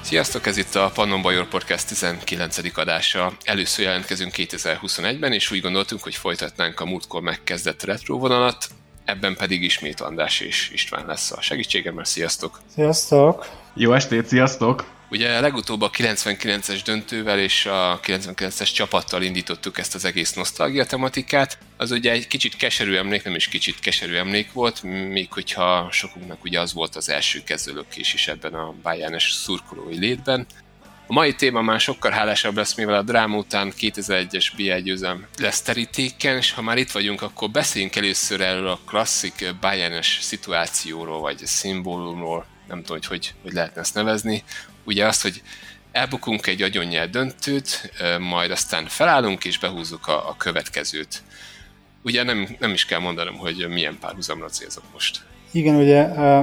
Sziasztok, ez itt a Pannon Bajor Podcast 19. adása. Először jelentkezünk 2021-ben, és úgy gondoltunk, hogy folytatnánk a múltkor megkezdett retro vonalat, ebben pedig ismét András és István lesz a segítségemmel. Sziasztok! Sziasztok! Jó estét, sziasztok! Ugye legutóbb a 99-es döntővel és a 99-es csapattal indítottuk ezt az egész nosztalgia tematikát. Az ugye egy kicsit keserű emlék, nem is kicsit keserű emlék volt, még hogyha sokunknak ugye az volt az első kezdőlökés is ebben a Bayernes szurkolói létben. A mai téma már sokkal hálásabb lesz, mivel a dráma után 2001-es BL győzelem lesz terítéken, és ha már itt vagyunk, akkor beszéljünk először erről a klasszik Bayernes szituációról, vagy szimbólumról, nem tudom, hogy lehetne ezt nevezni. Ugye azt, hogy elbukunk egy agyonnyel döntőt, majd aztán felállunk és behúzzuk a következőt. Ugye nem is kell mondanom, hogy milyen párhuzamra célzok most. Igen, ugye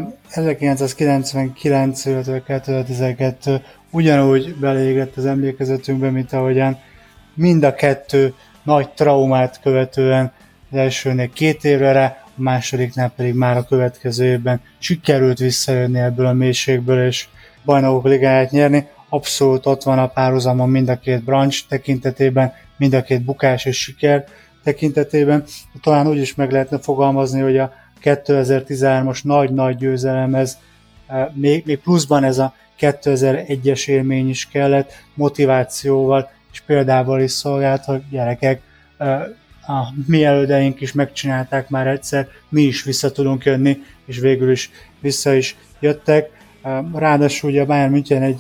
1999, 2012 ugyanúgy beleégett az emlékezetünkbe, mint ahogyan mind a kettő nagy traumát követően az elsőnél 2 évre rá, a másodiknál pedig már a következő évben sikerült visszajönni ebből a mélységből, és bajnokok ligáját nyerni. Abszolút ott van a párhuzamon mind a két branch tekintetében, mind a két bukás és siker tekintetében. Talán úgy is meg lehetne fogalmazni, hogy a 2013-as nagy-nagy győzelemhez még pluszban ez a 2001-es élmény is kellett, motivációval és példával is szolgált, hogy gyerekek, a mi elődeink is megcsinálták már egyszer, mi is vissza tudunk jönni, és végül is vissza is jöttek. Ráadásul ugye a Bayern München egy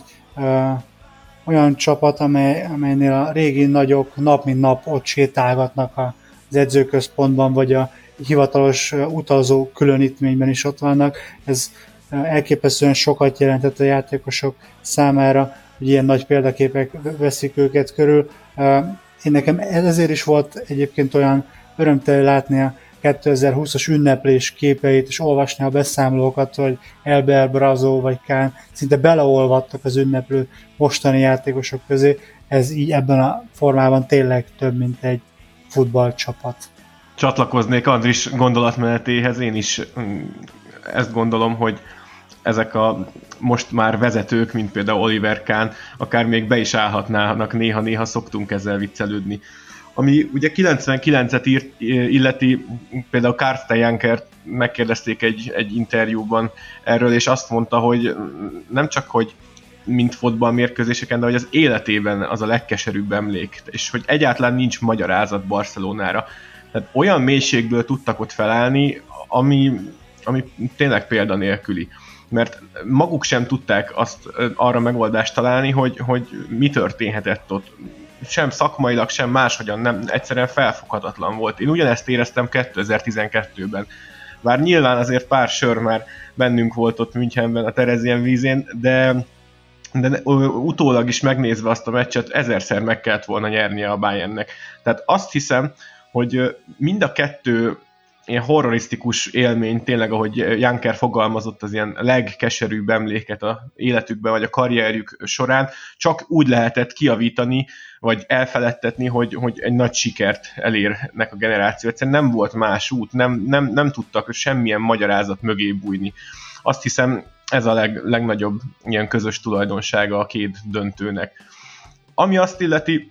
olyan csapat, amelynél a régi nagyok nap mint nap ott sétálgatnak az edzőközpontban, vagy a hivatalos utazó különítményben is ott vannak. Ez elképesztően sokat jelentett a játékosok számára, hogy ilyen nagy példaképek veszik őket körül. Én nekem ezért is volt egyébként olyan örömteli látni a 2020-as ünneplés képeit, és olvasni a beszámolókat, hogy Elber, Brazzo vagy Kahn szinte beleolvadtak az ünneplő mostani játékosok közé. Ez így ebben a formában tényleg több, mint egy futballcsapat. Csatlakoznék Andris gondolatmenetéhez, én is ezt gondolom, hogy ezek a most már vezetők, mint például Oliver Kahn, akár még be is állhatnának, néha szoktunk ezzel viccelődni. Ami ugye 99-et illeti, például Karsten Jankert megkérdezték egy interjúban erről, és azt mondta, hogy nem csak, hogy mint fotballmérkőzéseken, de hogy az életében az a legkeserűbb emlék, és hogy egyáltalán nincs magyarázat Barcelonára. Tehát olyan mélységből tudtak ott felállni, ami tényleg példanélküli. Mert maguk sem tudták arra megoldást találni, hogy mi történhetett ott. Sem szakmailag, sem máshogyan nem, egyszerűen felfoghatatlan volt. Én ugyanezt éreztem 2012-ben. Bár nyilván azért pár sör már bennünk volt ott Münchenben a Theresienwiesen, de utólag is megnézve azt a meccset 1000-szer meg kellett volna nyernie a Bayernnek. Tehát azt hiszem, hogy mind a kettő ilyen horrorisztikus élmény, tényleg ahogy Janker fogalmazott, az ilyen legkeserűbb emléket a életükben, vagy a karrierjük során, csak úgy lehetett kijavítani, vagy elfeledtetni, hogy egy nagy sikert elérnek a generáció. Egyszerűen nem volt más út, nem tudtak semmilyen magyarázat mögé bújni. Azt hiszem, ez a legnagyobb ilyen közös tulajdonsága a két döntőnek. Ami azt illeti,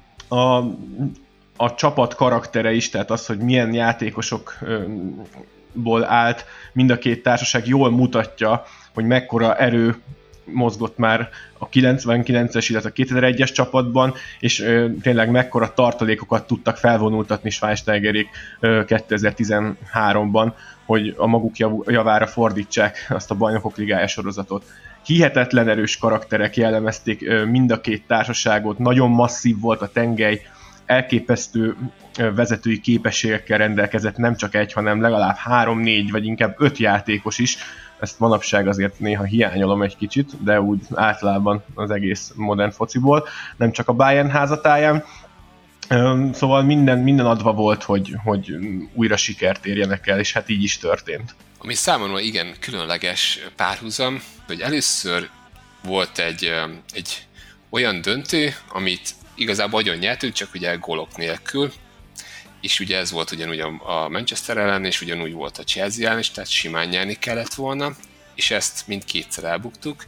a csapat karaktere is, tehát az, hogy milyen játékosokból állt mind a két társaság, jól mutatja, hogy mekkora erő mozgott már a 99-es, illetve a 2001-es csapatban, és tényleg mekkora tartalékokat tudtak felvonultatni Schweinsteigerék 2013-ban, hogy a maguk javára fordítsák azt a Bajnokok Ligája sorozatot. Hihetetlen erős karakterek jellemezték mind a két társaságot, nagyon masszív volt a tengely, elképesztő vezetői képességekkel rendelkezett, nem csak egy, hanem legalább 3-4 vagy inkább 5 játékos is. Ezt manapság azért néha hiányolom egy kicsit, de úgy általában az egész modern fociból, nem csak a Bayern házatáján. Szóval minden adva volt, hogy újra sikert érjenek el, és hát így is történt. Ami számomra igen különleges párhuzam, hogy először volt egy olyan döntő, amit igazából agyon nyertük, csak ugye gólok nélkül, és ugye ez volt ugyanúgy a Manchester ellen, és ugyanúgy volt a Chelsea ellen is, tehát simán nyerni kellett volna, és ezt mindkétszer elbuktuk.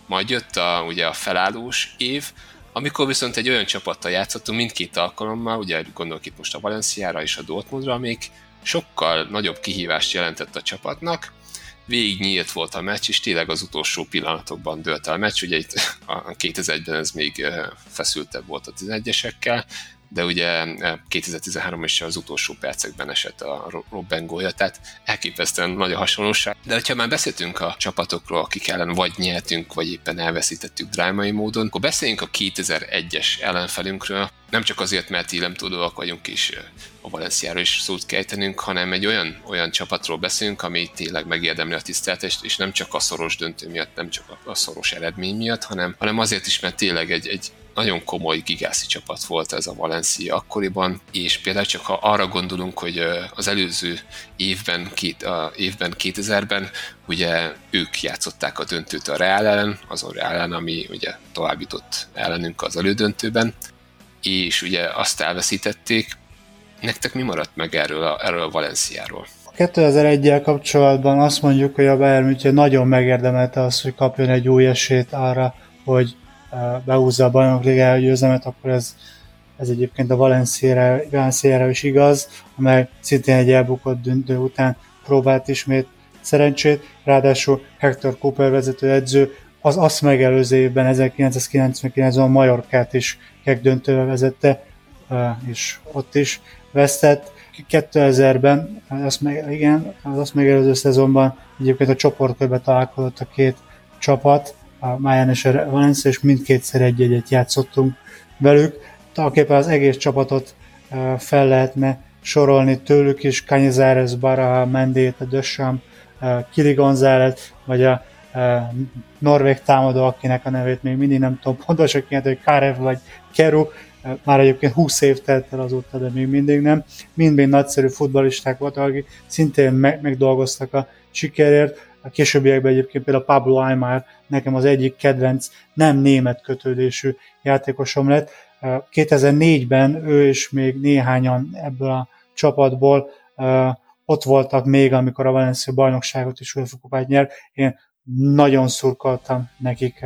Majd jött ugye a felállós év, amikor viszont egy olyan csapattal játszottunk mindkét alkalommal, ugye gondolok itt most a Valenciára és a Dortmundra, amik sokkal nagyobb kihívást jelentett a csapatnak. Végig nyílt volt a meccs, és tényleg az utolsó pillanatokban dőlt el a meccs. Ugye itt a 2001-ben ez még feszültebb volt a 11-esekkel, de ugye 2013 is az utolsó percekben esett a Robben gólja, tehát elképesztően nagy a hasonlóság. De ha már beszéltünk a csapatokról, akik ellen vagy nyertünk, vagy éppen elveszítettük drámai módon, akkor beszéljünk a 2001-es ellenfelünkről. Nem csak azért, mert illemtudóak vagyunk és a Valenciáról is szót kejtenünk, hanem egy olyan csapatról beszélünk, ami tényleg megérdemli a tiszteletet, és nem csak a szoros döntő miatt, nem csak a szoros eredmény miatt, hanem azért is, mert tényleg egy nagyon komoly gigászi csapat volt ez a Valencia akkoriban, és például csak ha arra gondolunk, hogy az előző évben 2000-ben ugye ők játszották a döntőt a Real ellen, azon Real ellen, ami ugye továbbjutott ellenünk az elődöntőben, és ugye azt elveszítették. Nektek mi maradt meg erről a Valenciáról? 2001-jel kapcsolatban azt mondjuk, hogy a Bayern München nagyon megérdemelte azt, hogy kapjon egy új esélyt arra, hogy behúzza a bajnokligára győzelmet, akkor ez egyébként a Valenciára is igaz, amely szintén egy elbukott döntő után próbált ismét szerencsét, ráadásul Hector Cooper vezetőedző az azt megelőző évben 1999-ben a Mallorcát is döntővel vezette, és ott is vesztett. 2000-ben, az azt megelőző szezonban egyébként a csoportkörben találkozott a két csapat, a Bayern és a Valencia, és mindkétszer egy-egyet játszottunk velük. Tulajdonképpen az egész csapatot fel lehetne sorolni tőlük is, Cañizares, Baraja, Mendieta, Deschamps, Kili González, vagy a norvég támadó, akinek a nevét még mindig nem tudom pontosan kijelenteni, hogy Karev vagy Keru, már egyébként 20 év telt el azóta, de még mindig nem. Mind-mind nagyszerű futballisták voltak, akik szintén megdolgoztak a sikerért. A későbbiekben egyébként például Pablo Aimar nekem az egyik kedvenc nem német kötődésű játékosom lett. 2004-ben ő és még néhányan ebből a csapatból ott voltak még, amikor a Valencia bajnokságot és UEFA kupát nyert. Én nagyon szurkoltam nekik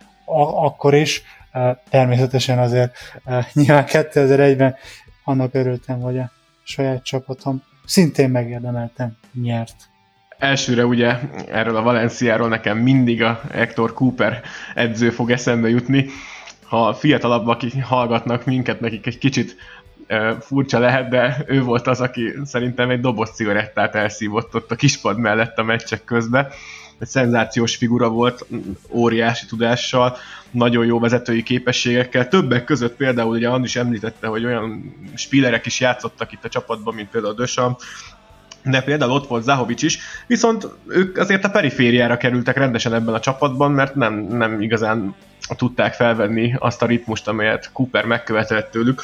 akkor is. Természetesen azért nyilván 2001-ben annak örültem, hogy a saját csapatom szintén megérdemelten nyert. Elsőre ugye erről a Valenciáról nekem mindig a Hector Cooper edző fog eszembe jutni. Ha fiatalabbak hallgatnak minket, nekik egy kicsit furcsa lehet, de ő volt az, aki szerintem egy doboz cigarettát elszívott ott a kispad mellett a meccsek közben. Egy szenzációs figura volt, óriási tudással, nagyon jó vezetői képességekkel. Többek között például ugye Andris említette, hogy olyan spielerek is játszottak itt a csapatban, mint például Deschamps, de például ott volt Zahovic is, viszont ők azért a perifériára kerültek rendesen ebben a csapatban, mert nem igazán tudták felvenni azt a ritmust, amelyet Cooper megkövetelt tőlük,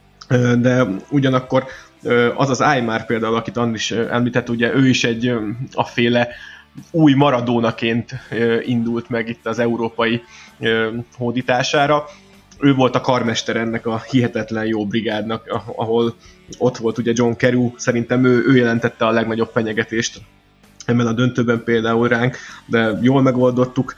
de ugyanakkor az az Aimar például, akit Andris említett, ugye ő is egy afféle új Maradónaként indult meg itt az európai hódítására. Ő volt a karmester ennek a hihetetlen jó brigádnak, ahol ott volt ugye John Carew, szerintem ő jelentette a legnagyobb fenyegetést ebben a döntőben például ránk, de jól megoldottuk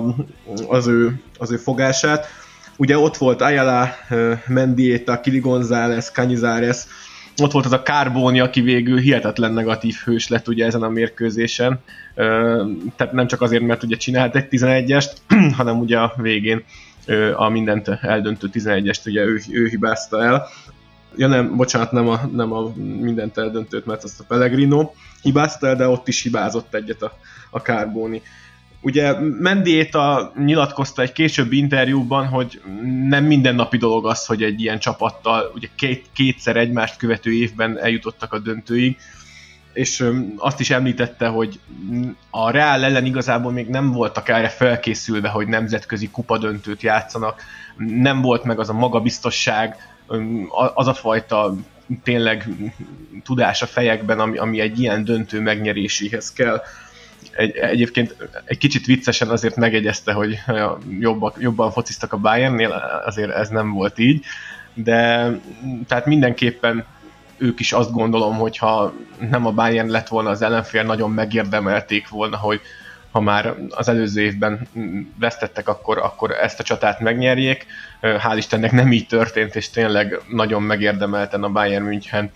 az ő fogását. Ugye ott volt Ayala, Mendieta, Kili González, Cañizares, ott volt az a Carboni, aki végül hihetetlen negatív hős lett ugye ezen a mérkőzésen. Tehát nem csak azért, mert ugye csinált egy 11-est, hanem ugye a végén a mindent eldöntő 11-est ugye ő hibázta el. Ja nem, bocsánat, nem a mindent eldöntőt, mert azt a Pellegrino hibázta el, de ott is hibázott egyet a Carboni. Ugye Mendieta nyilatkozta egy későbbi interjúban, hogy nem mindennapi dolog az, hogy egy ilyen csapattal ugye kétszer egymást követő évben eljutottak a döntőig, és azt is említette, hogy a Real ellen igazából még nem voltak erre felkészülve, hogy nemzetközi kupadöntőt játszanak, nem volt meg az a magabiztosság, az a fajta tényleg tudás a fejekben, ami egy ilyen döntő megnyeréséhez kell. Egyébként egy kicsit viccesen azért megjegyezte, hogy jobban fociztak a Bayernnél, azért ez nem volt így, de tehát mindenképpen ők is azt gondolom, hogy ha nem a Bayern lett volna az ellenfél, nagyon megérdemelték volna, hogy ha már az előző évben vesztettek, akkor ezt a csatát megnyerjék. Hál' Istennek nem így történt, és tényleg nagyon megérdemelten a Bayern München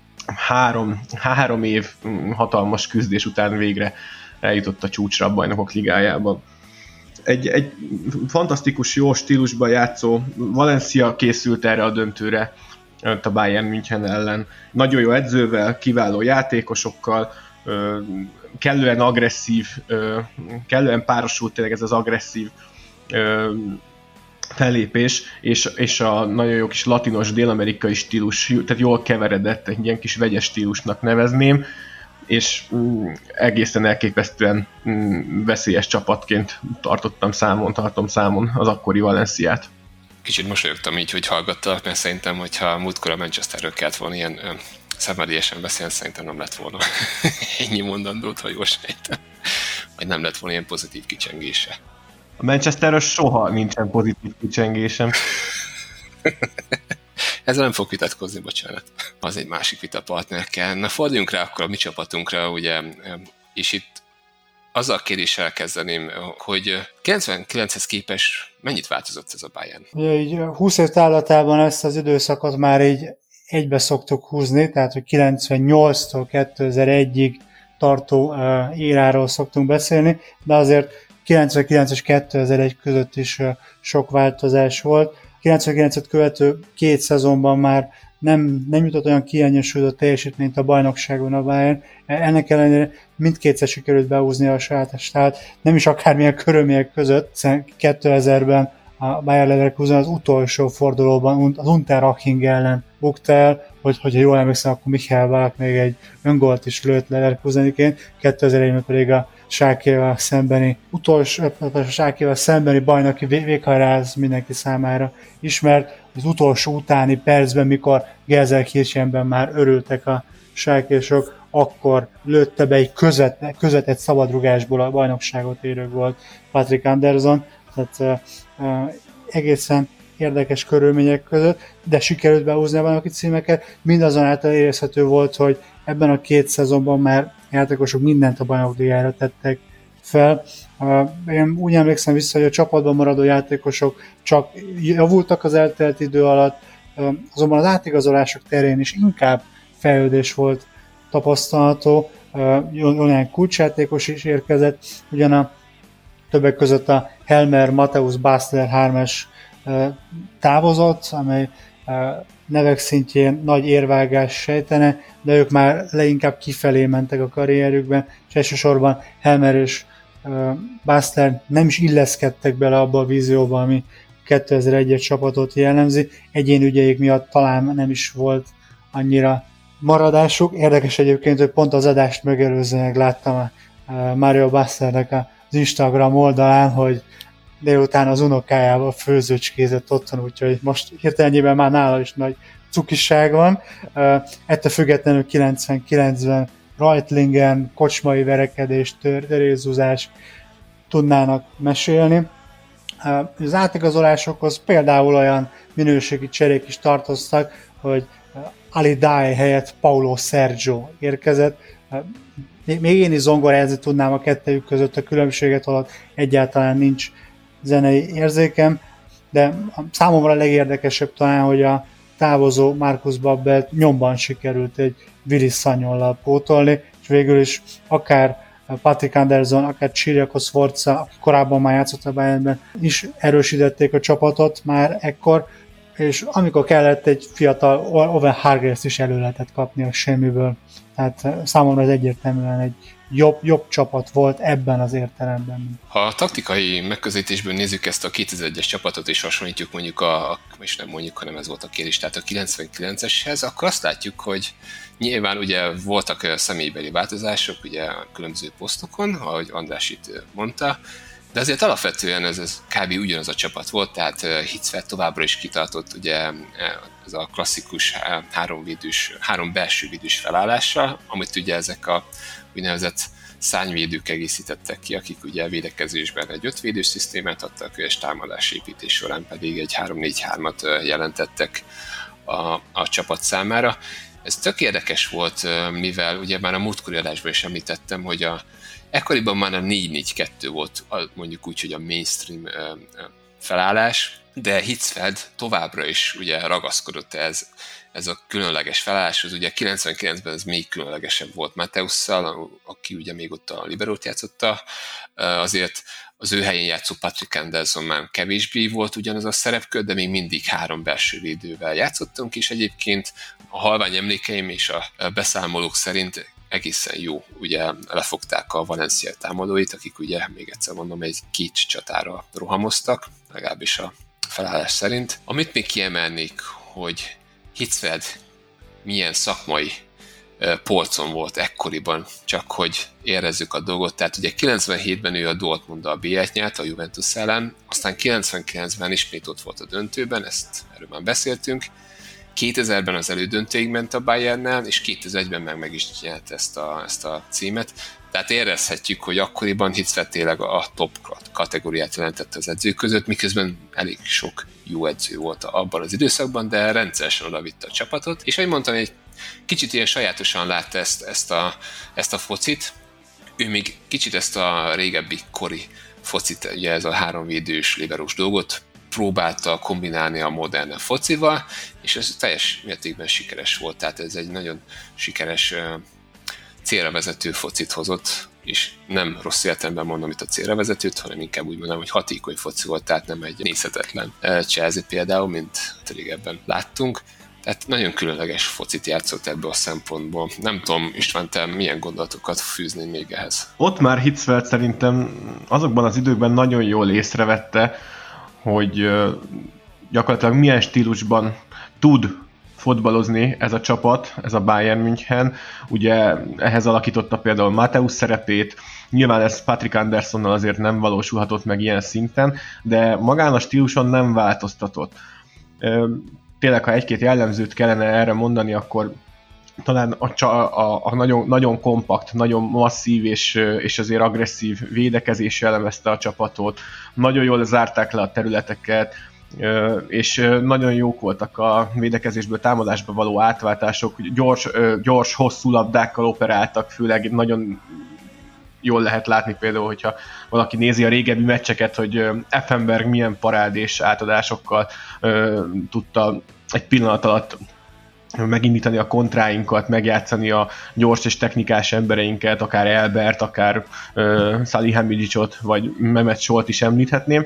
3 év hatalmas küzdés után végre eljutott a csúcsra a Bajnokok Ligájában. Egy fantasztikus, jó stílusban játszó Valencia készült erre a döntőre a Bayern München ellen. Nagyon jó edzővel, kiváló játékosokkal, kellően agresszív, kellően párosult tényleg ez az agresszív fellépés, és a nagyon jó kis latinos, dél-amerikai stílus, tehát jól keveredett, egy ilyen kis vegyes stílusnak nevezném, és egészen elképesztően veszélyes csapatként tartom számon az akkori Valenciát. Kicsit mosolyogtam így, hogy hallgattalak, mert szerintem, hogyha múltkor a Manchesterről kellett volna ilyen szenvedélyesen beszélni, szerintem nem lett volna ennyi mondandót, ha jól sejtem. Vagy nem lett volna ilyen pozitív kicsengése. A Manchesterről soha nincsen pozitív kicsengésem. Ezzel nem fog vitatkozni, bocsánat. Az egy másik vitapartner kell. Na, forduljunk rá akkor a mi csapatunkra, ugye, és itt azzal a kérdéssel kezdeném, hogy 99-hez képest mennyit változott ez a Bayern? Ugye így 20 év távlatában ezt az időszakot már így egybe szoktuk húzni, tehát hogy 98-tól 2001-ig tartó éráról szoktunk beszélni, de azért 99 és 2001 között is sok változás volt. 99-et követő 2 szezonban már nem jutott olyan kiegyensúlyozott teljesítményt a bajnokságon a Bayern. Ennek ellenére mindkétszer sikerült behúzni a saját testát, nem is akármilyen körülmények között, hiszen 2000-ben a Bayer Leverkusen az utolsó fordulóban az Unterhaching ellen bukta el, hogyha jól emlékszem, akkor Michael Ballack még egy öngolt is lőtt Leverkuseniként, 2001-ben pedig a Schalkével szembeni bajnoki véghajráz mindenki számára ismert. Az utolsó utáni percben, mikor Gelsenkirchenben már örültek a schalkésok, akkor lőtte be egy közvetett szabadrugásból a bajnokságot érő volt Patrick Anderson. Tehát egészen érdekes körülmények között, de sikerült behúzni a bajnoki címeket. Mindazonáltal érezhető volt, hogy ebben a 2 szezonban már játékosok mindent a bajnokligára tettek fel. Én úgy emlékszem vissza, hogy a csapatban maradó játékosok csak javultak az eltelt idő alatt, azonban az átigazolások terén is inkább fejlődés volt tapasztalható. Olyan kulcsjátékos is érkezett, ugyan a többek között a Helmer Matthäus Basler 3-es távozott, amely nevek szintjén nagy érvágás sejtene, de ők már leginkább kifelé mentek a karrierjükben, és elsősorban Helmer és Basler nem is illeszkedtek bele abba a vízióba, ami 2001-es csapatot jellemzi. Egyéni ügyeik miatt talán nem is volt annyira maradásuk. Érdekes egyébként, hogy pont az adást megelőzően láttam a Mario Baslernek az Instagram oldalán, hogy délután az unokájával főzőcskézett otthon, úgyhogy most hirtelenjében már nála is nagy cukiság van. Ettől függetlenül 99-ben Reutlingen, kocsmai verekedés, törészúzás tudnának mesélni. Az átigazolásokhoz például olyan minőségi cserék is tartoztak, hogy Ali Dai helyett Paulo Sergio érkezett. Még én is zongorázni tudnám a kettejük között a különbséget, holott egyáltalán nincs zenei érzékem, de számomra a legérdekesebb talán, hogy a távozó Marcus Babbelt nyomban sikerült egy Willy Sagnollal pótolni, és végül is akár Patrick Anderson, akár Ciriaco Sforza, aki korábban már játszott a Bayernben, is erősítették a csapatot már ekkor, és amikor kellett, egy fiatal Owen Hargreaves is elő lehetett kapni a semmiből. Tehát számomra ez egyértelműen egy jobb csapat volt ebben az értelemben. Ha a taktikai megközelítésből nézzük ezt a 2001-es csapatot és hasonlítjuk mondjuk és nem mondjuk, hanem ez volt a kérdés, tehát a 99-eshez, akkor azt látjuk, hogy nyilván ugye voltak személybeli változások ugye a különböző posztokon, ahogy András itt mondta, de azért alapvetően ez kb. Ugyanaz a csapat volt, tehát Hitzfeld továbbra is kitartott ugye ez a klasszikus három belső védős felállással, amit ugye ezek a úgynevezett szárnyvédők egészítettek ki, akik ugye védekezésben egy 5 védős szisztémát adtak, és támadásépítés során pedig egy 3-4-3-at jelentettek a csapat számára. Ez tök érdekes volt, mivel ugye már a múltkori adásban is említettem, hogy ekkoriban már a 4-4-2 volt mondjuk úgy, hogy a mainstream felállás, de Hitzfeld továbbra is ugye ragaszkodott ez a különleges felálláshoz. Ugye 99-ben ez még különlegesebb volt Mateusszal, aki ugye még ott a liberót játszotta, azért az ő helyén játszó Patrick Anderson már kevésbé volt ugyanaz a szerepkör, de még mindig 3 belső védővel játszottunk, és egyébként a halvány emlékeim és a beszámolók szerint egészen jó, ugye lefogták a Valencia támadóit, akik ugye, még egyszer mondom, egy 2 csatára rohamoztak, legalábbis a felállás szerint. Amit még kiemelnék, hogy Hitzfeld milyen szakmai polcon volt ekkoriban, csak hogy érezzük a dolgot. Tehát ugye 97-ben ő a Dortmunddal B1-t nyert a Juventus ellen, aztán 99-ben ismét ott volt a döntőben, erről már beszéltünk, 2000-ben az elődöntőig ment a Bayernnel, és 2001-ben meg is nyert ezt a címet. Tehát érezhetjük, hogy akkoriban Hitzfeld tényleg a top kategóriát jelentette az edzők között, miközben elég sok jó edző volt abban az időszakban, de rendszeresen oda vitte a csapatot. És ahogy mondtam, egy kicsit ilyen sajátosan látta ezt a focit. Ő még kicsit ezt a régebbi kori focit, ugye ez a 3 védős liberós dolgot próbálta kombinálni a modern focival, és ez teljes mértékben sikeres volt, tehát ez egy nagyon sikeres célra vezető focit hozott, és nem rossz értelemben mondom itt a célra vezetőt, hanem inkább úgy mondom, hogy hatékony foci volt, tehát nem egy nézhetetlen Chelsea például, mint régebben láttunk. Tehát nagyon különleges focit játszott ebből a szempontból. Nem tudom, István, te milyen gondolatokat fűznél még ehhez? Ott már Hitzfeld szerintem azokban az időkben nagyon jól észrevette, hogy gyakorlatilag milyen stílusban tud fotbalozni ez a csapat, ez a Bayern München. Ugye ehhez alakította például Mateusz szerepét, nyilván ez Patrick Andersonnal azért nem valósulhatott meg ilyen szinten, de magán a stíluson nem változtatott. Tényleg, ha egy-két jellemzőt kellene erre mondani, akkor talán a nagyon, nagyon kompakt, nagyon masszív és azért agresszív védekezés jellemezte a csapatot. Nagyon jól zárták le a területeket, és nagyon jók voltak a védekezésből támadásba való átváltások, gyors, hosszú labdákkal operáltak, főleg nagyon jól lehet látni például, hogyha valaki nézi a régebbi meccseket, hogy Effenberg milyen parádés átadásokkal tudta egy pillanat alatt megindítani a kontráinkat, megjátszani a gyors és technikás embereinket, akár Elbert, akár Salihamidzsicot, vagy Mehmet Scholt is említhetném.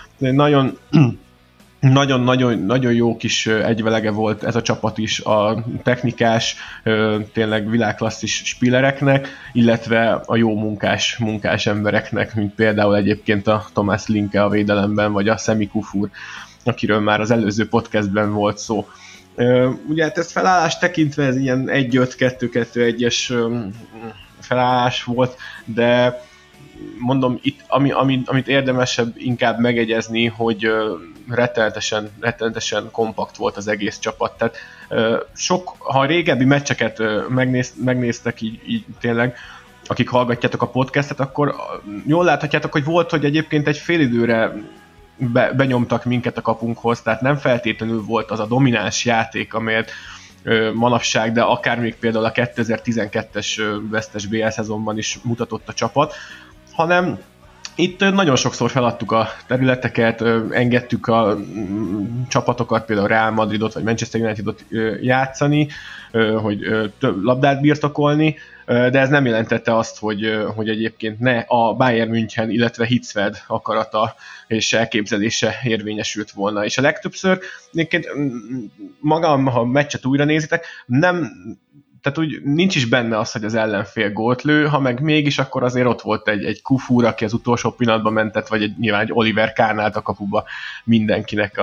Nagyon jó kis egyvelege volt ez a csapat is a technikás, tényleg világklasszis spillereknek, illetve a jó munkás embereknek, mint például egyébként a Thomas Linke a védelemben, vagy a Semi Kufur, akiről már az előző podcastben volt szó. Ugye hát ez felállás tekintve ez ilyen 1-5-2-2-1-es felállás volt, de mondom, itt, amit érdemesebb inkább megegyezni, hogy rettenetesen kompakt volt az egész csapat. Tehát ha a régebbi meccseket megnéztek így tényleg, akik hallgatjátok a podcastet, akkor jól láthatjátok, hogy volt, hogy egyébként egy fél időre benyomtak minket a kapunkhoz, tehát nem feltétlenül volt az a domináns játék, amelyet manapság, de akár még például a 2012-es vesztes BL szezonban is mutatott a csapat, hanem itt nagyon sokszor feladtuk a területeket, engedtük a csapatokat, például Real Madridot vagy Manchester Unitedot játszani, hogy több labdát birtokolni, de ez nem jelentette azt, hogy egyébként ne a Bayern München, illetve Hitzfeld akarata és elképzelése érvényesült volna. És a legtöbbször, egyébként magam, ha a meccset újra nézitek, tehát úgy nincs is benne az, hogy az ellenfél gólt lő, ha meg mégis, akkor azért ott volt egy Kufur, aki az utolsó pillanatban mentett, vagy nyilván egy Oliver Kahn állt a kapuba, mindenkinek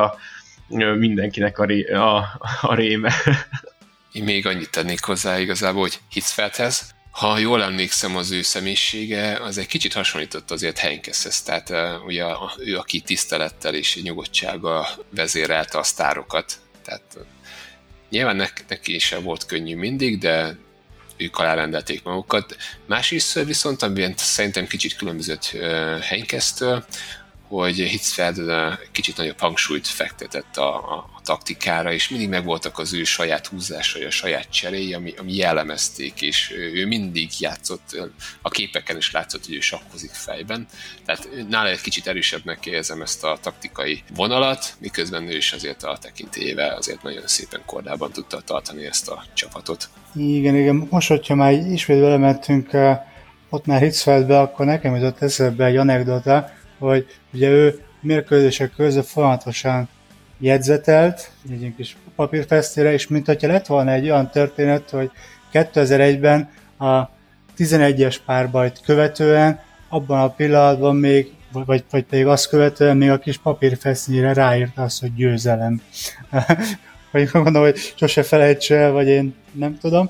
a réme. Én még annyit tennék hozzá igazából, hogy Hitzfeldhez, ha jól emlékszem, az ő személyisége, az egy kicsit hasonlított azért Heinkeshez, tehát ugye ő, aki tisztelettel és nyugodtsággal vezérelte a sztárokat, tehát nyilván neki sem volt könnyű mindig, de ők alárendelték magukat. Másrészt viszont, amiben szerintem kicsit különbözött Heinkesztől, Hitzfeld kicsit nagyobb hangsúlyt fektetett a taktikára, és mindig megvoltak az ő saját húzásai, a saját cseréi, ami jellemezték, és ő mindig játszott, a képeken is látszott, hogy ő sakkozik fejben. Tehát nála egy kicsit erősebbnek érzem ezt a taktikai vonalat, miközben ő is azért a tekintélyével azért nagyon szépen kordában tudta tartani ezt a csapatot. Igen. Most, hogyha már ismét belementünk ott már Hitzfeldbe, akkor nekem jutott eszembe egy anekdota, hogy ugye ő mérkőzések között folyamatosan jegyzetelt, egy kis papírfesztére, és mint hogyha lett volna egy olyan történet, hogy 2001-ben a 11-es párbajt követően, abban a pillanatban még, vagy pedig azt követően még a kis papírfesztére ráírta azt, hogy győzelem. Vagy mondom, hogy sose felejtse el, vagy én nem tudom.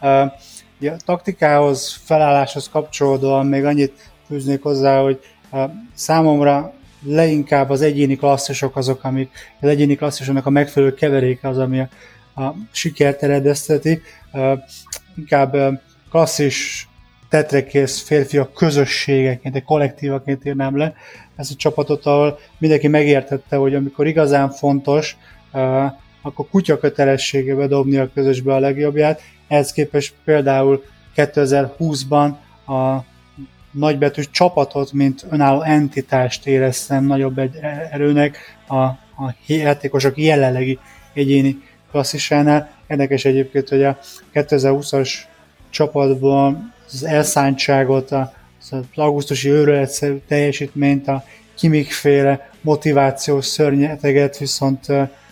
A taktikához, felálláshoz kapcsolódóan még annyit fűznék hozzá, hogy számomra leinkább az egyéni klasszisok azok, amik az egyéni klasszisoknak a megfelelő keveréke az, ami a sikert eredezteti. Inkább klasszis tetrekész férfiak közösségeként, egy kollektívaként írnám le ezt a csapatot, ahol mindenki megértette, hogy amikor igazán fontos, akkor kutya kötelessége bedobni a közösbe a legjobbját. Ehhez képest például 2020-ban a nagybetűs csapatot, mint önálló entitást éreztem nagyobb erőnek a játékosok jelenlegi egyéni klasszisánál. Érdekes egyébként, hogy a 2020-as csapatban az elszántságot, az augusztusi őrületszerű teljesítményt, a Kimmich-féle motivációs szörnyeteget viszont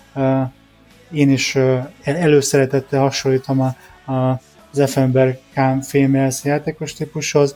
én is előszeretettel hasonlítom az Effenberg Kahn fémjelsz játékos típushoz.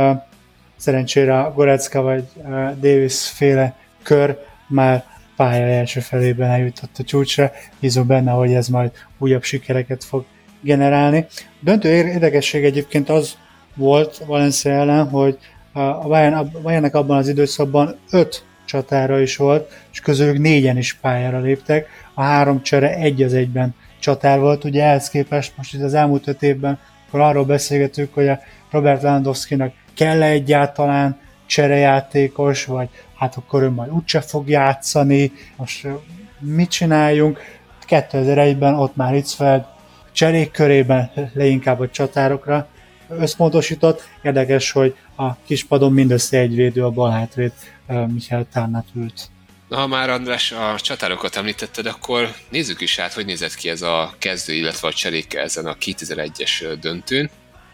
Szerencsére a Goretzka vagy Davis féle kör már pálya első felében eljutott a csúcsra. Bízom benne, hogy ez majd újabb sikereket fog generálni. Döntő érdekesség egyébként az volt Valencia ellen, hogy a Bayernnek abban az időszakban 5 csatára is volt, és közülük 4-en is pályára léptek. A 3 csere 1-1-ben csatár volt, ugye ehhez képest most itt az elmúlt 5 évben, akkor arról beszélgetünk, hogy a Robert Lewandowskinak kell-e egyáltalán cserejátékos, vagy hát akkor ő majd úgyse fog játszani, most mit csináljunk? 2001-ben ott már Hitzfeld cserék körében leginkább a csatárokra összpontosított. Érdekes, hogy a kispadon mindössze egy védő, a bal hátvéd Michael Tarnat ült. Na, ha már András a csatárokat említetted, akkor nézzük is át, hogy nézett ki ez a kezdő, illetve a cseréke ezen a 2001-es döntőn.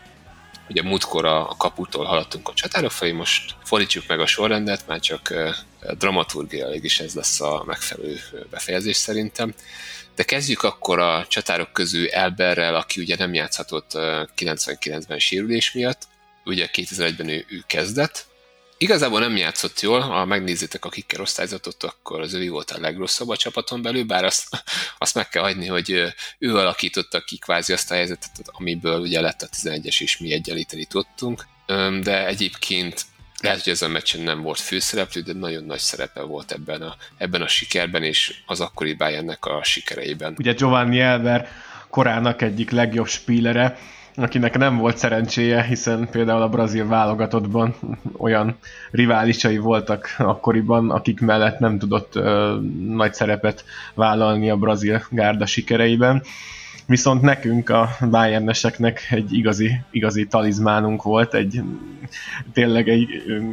Ugye múltkor a kaputól haladtunk a csatárok felé, most fordítsuk meg a sorrendet, már csak dramaturgiailag is ez lesz a megfelelő befejezés szerintem. De kezdjük akkor a csatárok közül Elberrel, aki ugye nem játszhatott 99-ben sérülés miatt, ugye 2001-ben ő kezdett. Igazából nem játszott jól, ha megnézitek a kicker osztályzatot, akkor az ő volt a legrosszabb a csapaton belül, bár azt meg kell hagyni, hogy ő alakította ki kvázi azt a helyzetet, amiből ugye lett a 11-es, és mi egyenlíteni tudtunk. De egyébként lehet, hogy ezen a meccsen nem volt főszereplő, de nagyon nagy szerepe volt ebben a sikerben, és az akkori Bayernnek a sikereiben. Ugye Giovanni Elber korának egyik legjobb spílere, akinek nem volt szerencséje, hiszen például a brazil válogatottban olyan riválisai voltak akkoriban, akik mellett nem tudott nagy szerepet vállalni a brazil gárda sikereiben. Viszont nekünk, a Bayerneseknek egy igazi talizmánunk volt, tényleg egy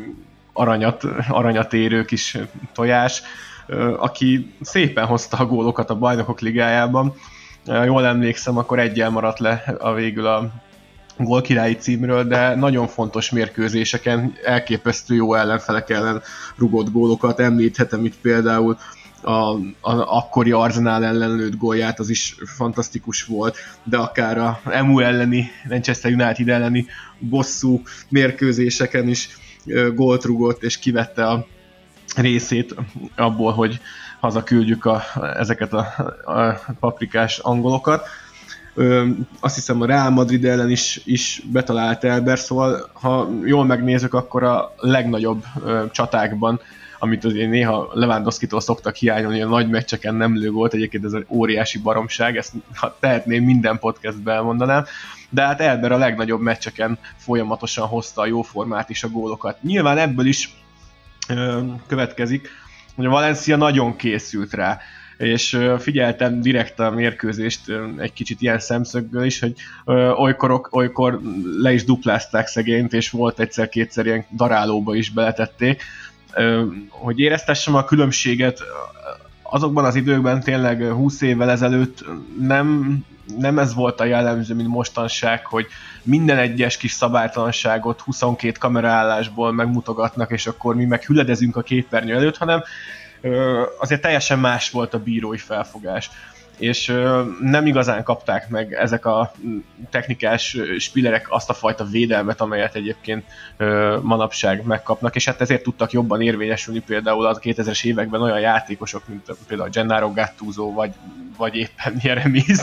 aranyat érő kis tojás, aki szépen hozta a gólokat a Bajnokok Ligájában. Jól emlékszem, akkor eggyel maradt le végül a gólkirályi címről, de nagyon fontos mérkőzéseken elképesztő jó ellenfelek ellen rugott gólokat. Említhetem itt például az akkori Arsenal ellen lőtt gólját, az is fantasztikus volt, de akár a EMU elleni, Manchester United elleni bosszú mérkőzéseken is gólt rugott, és kivette a részét abból, hogy hazaküldjük ezeket a paprikás angolokat. Azt hiszem a Real Madrid ellen is betalált Elber, szóval ha jól megnézzük, akkor a legnagyobb csatákban, amit azért néha Lewandowskitól szoktak hiányolni, a nagy meccseken nem lő gólt, egyébként ez egy óriási baromság, ezt ha tehetném minden podcastben elmondanám, de hát Elber a legnagyobb meccseken folyamatosan hozta a jó formát és a gólokat. Nyilván ebből is következik, hogy a Valencia nagyon készült rá, és figyeltem direkt a mérkőzést egy kicsit ilyen szemszögből is, hogy olykor le is duplázták szegényt, és volt egyszer-kétszer ilyen darálóba is beletették. Hogy éreztessem a különbséget, azokban az időkben tényleg 20 évvel ezelőtt nem ez volt a jellemző, mint mostanság, hogy minden egyes kis szabálytalanságot 22 kameraállásból megmutogatnak, és akkor mi meg hüledezünk a képernyő előtt, hanem azért teljesen más volt a bírói felfogás. És nem igazán kapták meg ezek a technikás spillerek azt a fajta védelmet, amelyet egyébként manapság megkapnak, és hát ezért tudtak jobban érvényesülni például a 2000-es években olyan játékosok, mint például Gennaro Gattuso, vagy éppen Jeremiz,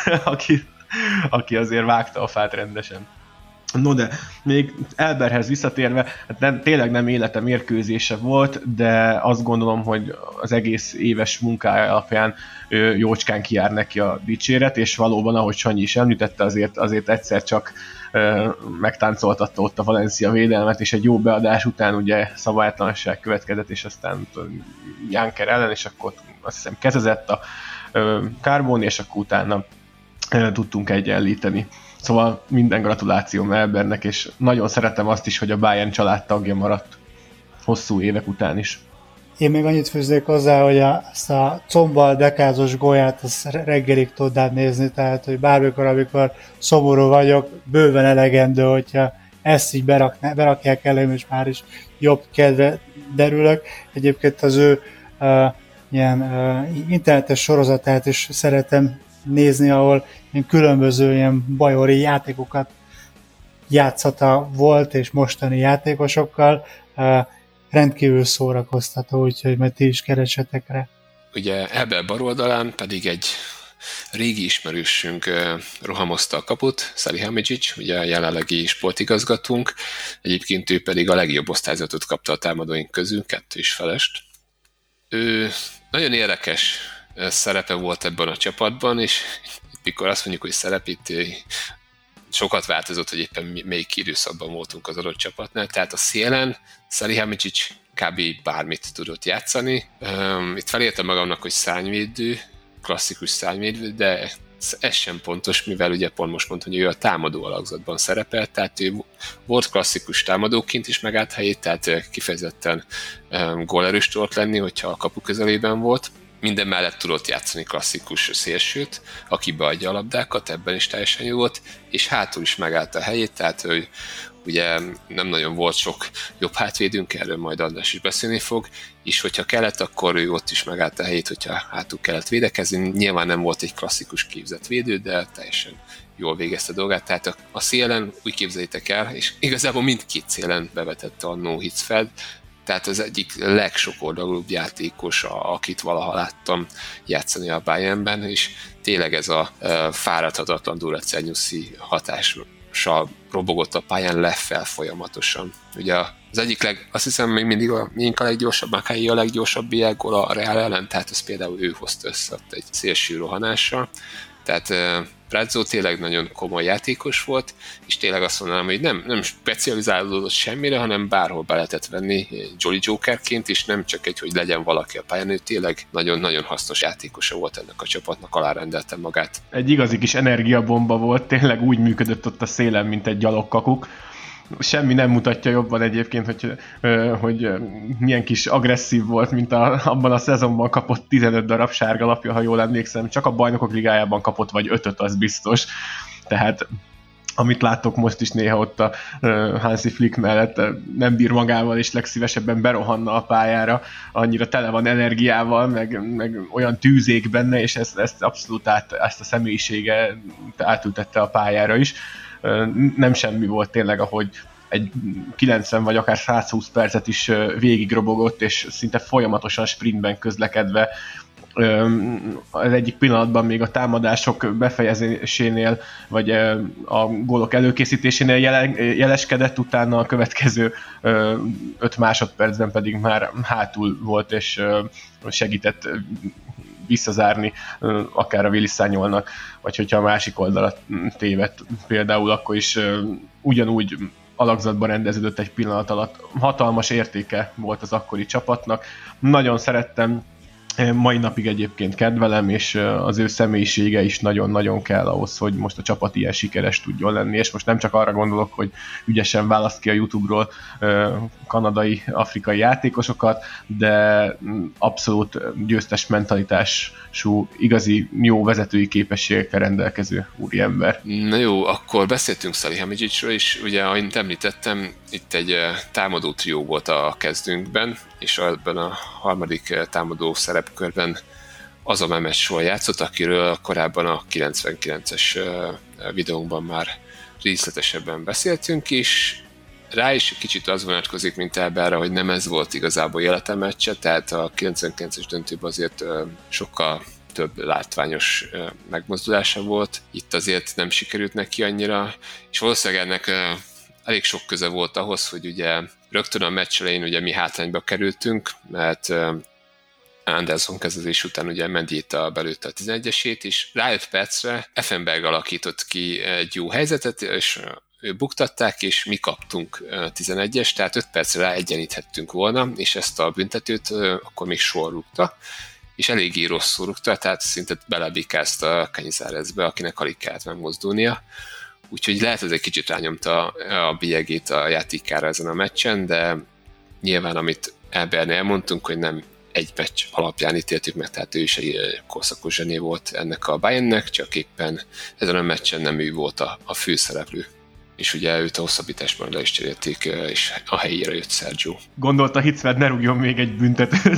aki azért vágta a fát rendesen. No de, még Elberhez visszatérve, hát tényleg nem élete mérkőzése volt, de azt gondolom, hogy az egész éves munkája alapján jócskán kijár neki a dicséret, és valóban, ahogy Sanyi is említette, azért egyszer csak megtáncoltatta ott a Valencia védelmet, és egy jó beadás után ugye szabálytalanság következett, és aztán Janker ellen, és akkor azt hiszem kezezett a Carboni, és akkor utána tudtunk egyenlíteni. Szóval minden gratulációm Elbernek, és nagyon szeretem azt is, hogy a Bayern családtagja maradt hosszú évek után is. Én még annyit fűznék hozzá, hogy ezt a combal dekázos gólyát azt reggelig tudnád nézni, tehát hogy bármikor, amikor szomorú vagyok, bőven elegendő, hogyha ezt így berakják elém, és már is jobb kedve derülök. Egyébként az ő ilyen internetes sorozatát is szeretem nézni, ahol ilyen különböző ilyen bajori játékokat játszata volt, és mostani játékosokkal rendkívül szórakoztató, úgyhogy majd ti is keresetek rá. Ugye Elber baloldalán pedig egy régi ismerősünk rohamozta a kaput, Salihamidzic, ugye a jelenlegi sportigazgatónk, egyébként ő pedig a legjobb osztályzatot kapta a támadóink közül, 2,5. Ő nagyon érdekes szerepe volt ebben a csapatban, és mikor azt mondjuk, hogy szerep, itt sokat változott, hogy éppen melyik időszakban voltunk az adott csapatnál, tehát a szélen Salihamidzic kb. Bármit tudott játszani. Itt felírtam magamnak, hogy szárnyvédő, klasszikus szárnyvédő, de ez sem pontos, mivel ugye pont most mondtam, hogy ő a támadó alakzatban szerepelt, tehát ő volt klasszikus támadóként is megállt helyét, tehát kifejezetten gólerős tudott lenni, hogyha a kapu közelében volt. Minden mellett tudott játszani klasszikus szélsőt, aki beadja a labdákat, ebben is teljesen jó volt, és hátul is megállt a helyét, tehát ő ugye nem nagyon volt sok jobb hátvédünk, erről majd András is beszélni fog, és hogyha kellett, akkor ő ott is megállt a helyét, hogyha hátul kellett védekezni. Nyilván nem volt egy klasszikus képzett védő, de teljesen jól végezte a dolgát, tehát a szélen úgy képzeljétek el, és igazából mindkét szélen bevetette annó Hitzfeld, tehát az egyik legsokoldalúbb játékos, akit valaha láttam játszani a Bayernben, és tényleg ez a fáradhatatlan Duracenyuszi hatással robogott a pályán lefel folyamatosan. Ugye az egyik azt hiszem még mindig a leggyorsabb, Makai a leggyorsabb gól a Real ellen, tehát ez például ő hozta össze egy szélső rohanással. Tehát Brazzo tényleg nagyon komoly játékos volt, és tényleg azt mondanám, hogy nem specializálódott semmire, hanem bárhol be lehetett venni Jolly Jokerként, és nem csak hogy legyen valaki a pályán, ő tényleg nagyon-nagyon hasznos játékosa volt ennek a csapatnak, alárendelte magát. Egy igazi kis energiabomba volt, tényleg úgy működött ott a szélen, mint egy gyalogkakuk. Semmi nem mutatja jobban egyébként, hogy milyen kis agresszív volt, mint abban a szezonban kapott 15 darab sárga lapja, ha jól emlékszem. Csak a Bajnokok Ligájában kapott vagy 5-öt, az biztos. Tehát amit láttok most is néha ott a Hansi Flick mellett, nem bír magával, és legszívesebben berohanna a pályára. Annyira tele van energiával, meg olyan tűzék benne, és ezt abszolút ezt a személyisége átültette a pályára is. Nem semmi volt tényleg, ahogy egy 90 vagy akár 120 percet is végigrobogott, és szinte folyamatosan sprintben közlekedve az egyik pillanatban még a támadások befejezésénél, vagy a gólok előkészítésénél jeleskedett, utána a következő 5 másodpercben pedig már hátul volt, és segített visszazárni akár a Willis Sagnolnak, vagy hogyha a másik oldalat tévedt például, akkor is ugyanúgy alakzatban rendeződött egy pillanat alatt. Hatalmas értéke volt az akkori csapatnak. Nagyon szerettem, mai napig egyébként kedvelem, és az ő személyisége is nagyon-nagyon kell ahhoz, hogy most a csapat ilyen sikeres tudjon lenni, és most nem csak arra gondolok, hogy ügyesen választ ki a YouTube-ról kanadai, afrikai játékosokat, de abszolút győztes mentalitású, igazi jó vezetői képességekkel rendelkező úriember. Na jó, akkor beszéltünk Salihamidzsicről is, ugye, ahogy említettem, itt egy támadó trió volt a kezdőnkben, és ebben a harmadik támadó szerepkörben Asa Mehmetsről játszott, akiről korábban a 99-es videónkban már részletesebben beszéltünk is. Rá is kicsit az vonatkozik, mint Elberre, hogy nem ez volt igazából élete meccse, tehát a 99-es döntőben azért sokkal több látványos megmozdulása volt. Itt azért nem sikerült neki annyira, és valószínűleg ennek elég sok köze volt ahhoz, hogy ugye rögtön a meccs elején ugye mi hátrányba kerültünk, mert Anderson kezdődés után ugye Mendieta belőtte a 11-esét, és rá 5 percre Effenberg alakított ki egy jó helyzetet, és ő buktatták, és mi kaptunk 11-es, tehát 5 percre rá egyeníthettünk volna, és ezt a büntetőt akkor még Sor rúgta, és eléggé rosszul rúgta, tehát szinte belebikázta a Cañizárezbe, akinek alig kellett megmozdulnia. Úgyhogy lehet, hogy egy kicsit rányomta a bélyegét a játékára ezen a meccsen, de nyilván, amit Elbernél elmondtunk, hogy nem egy meccs alapján ítéltük meg, tehát ő is egy korszakos zseni volt ennek a Bayernnek, csak éppen ezen a meccsen nem ő volt a főszereplő. És ugye őt a hosszabbításban le is cserélték, és a helyére jött Sergio. Gondolta Hitzfeld, ne rúgjon még egy büntetőt.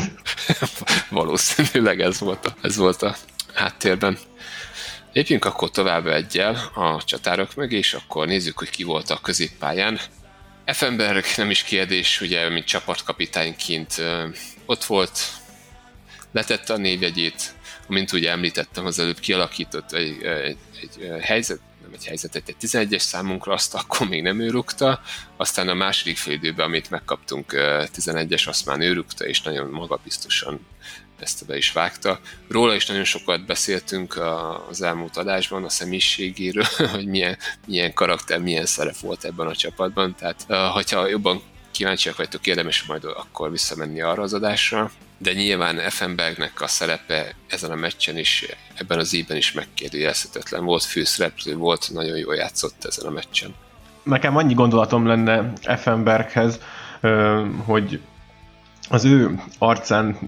Valószínűleg ez volt a háttérben. Lépjünk akkor tovább egyel a csatárok meg, és akkor nézzük, hogy ki volt a középpályán. Effenberg nem is kérdés, ugye, mint csapatkapitányként ott volt, letette a névjegyét, amint ugye említettem, az előbb kialakított egy helyzetet, egy 11-es számunkra, azt akkor még nem ő rúgta, aztán a második félidőben, amit megkaptunk 11-es, azt már ő rúgta, és nagyon magabiztosan ezt be is vágta. Róla is nagyon sokat beszéltünk az elmúlt adásban, a személyiségéről, hogy milyen karakter, milyen szerep volt ebben a csapatban, tehát hogyha jobban kíváncsiak vagytok, érdemes majd akkor visszamenni arra az adásra, de nyilván Effenbergnek a szerepe ezen a meccsen is, ebben az évben is megkérdőjelezhetetlen volt, főszereplő volt, nagyon jól játszott ezen a meccsen. Nekem annyi gondolatom lenne Effenberghez, hogy az ő arcán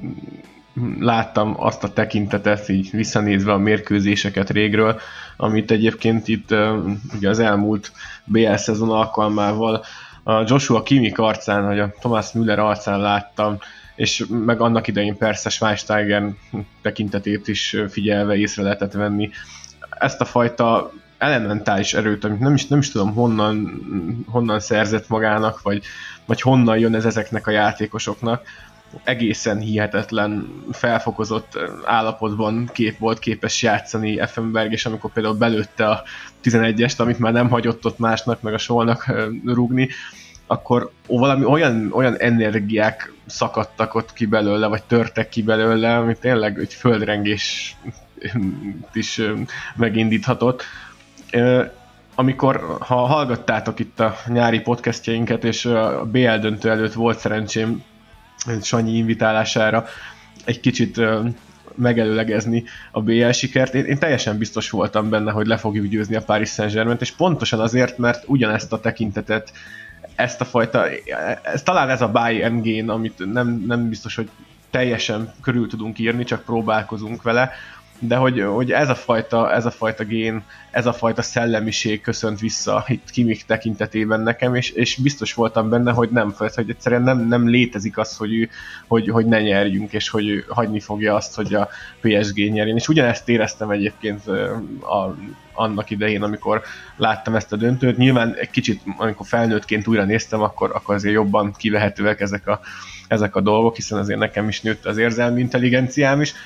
láttam azt a tekintetet, így visszanézve a mérkőzéseket régről, amit egyébként itt ugye az elmúlt BL szezon alkalmával a Joshua Kimmich arcán, vagy a Thomas Müller arcán láttam, és meg annak idején persze Schweinsteiger tekintetét is figyelve észre lehetett venni. Ezt a fajta elementális erőt, amit nem is tudom honnan szerzett magának, vagy honnan jön ez ezeknek a játékosoknak, egészen hihetetlen, felfokozott állapotban volt képes játszani Effenberg, és amikor például belőtte a 11-est, amit már nem hagyott ott másnak, meg a Solnak rúgni, akkor valami olyan energiák szakadtak ott ki belőle, vagy törtek ki belőle, ami tényleg egy földrengés is megindíthatott. Amikor, ha hallgattátok itt a nyári podcastjainket, és a BL döntő előtt volt szerencsém Sanyi invitálására egy kicsit megelőlegezni a BL sikert. Én teljesen biztos voltam benne, hogy le fogjuk győzni a Paris Saint-Germaint, és pontosan azért, mert ugyanezt a tekintetet, ezt a fajta, talán ez a Bayern gén, amit nem biztos, hogy teljesen körül tudunk írni, csak próbálkozunk vele, de hogy ez a fajta gén, ez a fajta szellemiség köszönt vissza itt Kimmich tekintetében nekem, és biztos voltam benne, hogy nem, hogy egyszerűen nem létezik az, hogy ne nyerjünk, és hogy ő hagyni fogja azt, hogy a PSG nyerjen. És ugyanezt éreztem egyébként annak idején, amikor láttam ezt a döntőt. Nyilván egy kicsit, amikor felnőttként újra néztem, akkor azért jobban kivehetőek ezek a dolgok, hiszen azért nekem is nőtt az érzelmi intelligenciám is.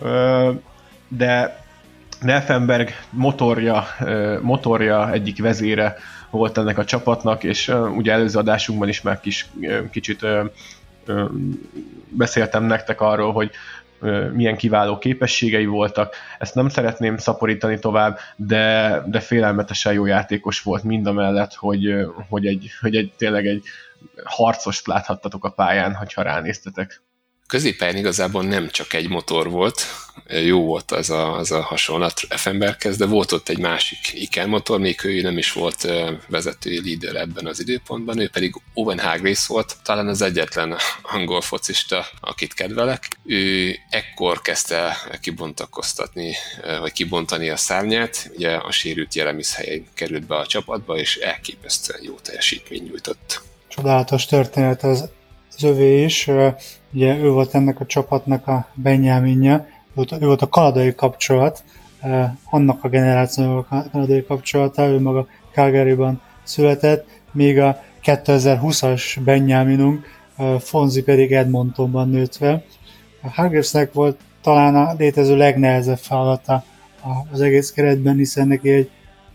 De Effenberg motorja egyik vezére volt ennek a csapatnak, és ugye előző adásunkban is már kicsit beszéltem nektek arról, hogy milyen kiváló képességei voltak. Ezt nem szeretném szaporítani tovább, de félelmetesen jó játékos volt mindamellett, hogy tényleg egy harcost láthattatok a pályán, ha ránéztetek. Középpályán igazából nem csak egy motor volt, jó volt az a hasonlat Effenberghez, de volt ott egy másik Iken motor, még ő nem is volt vezetői líder ebben az időpontban, ő pedig Owen Hargreaves volt, talán az egyetlen angol focista, akit kedvelek. Ő ekkor kezdte kibontakoztatni, vagy kibontani a szárnyát, ugye a sérült Jeremis helyén került be a csapatba, és elképesztően jó teljesítmény nyújtott. Csodálatos történet az övé is, ugye ő volt ennek a csapatnak a Benjaminja, ő volt a kanadai kapcsolat, annak a generációnak a kanadai kapcsolata, ő maga Calgaryban született, míg a 2020-as Benjaminunk, Fonzi pedig Edmontonban nőtt fel. Hargreavesnek volt talán a létező legnehezebb feladata az egész keretben, hiszen neki egy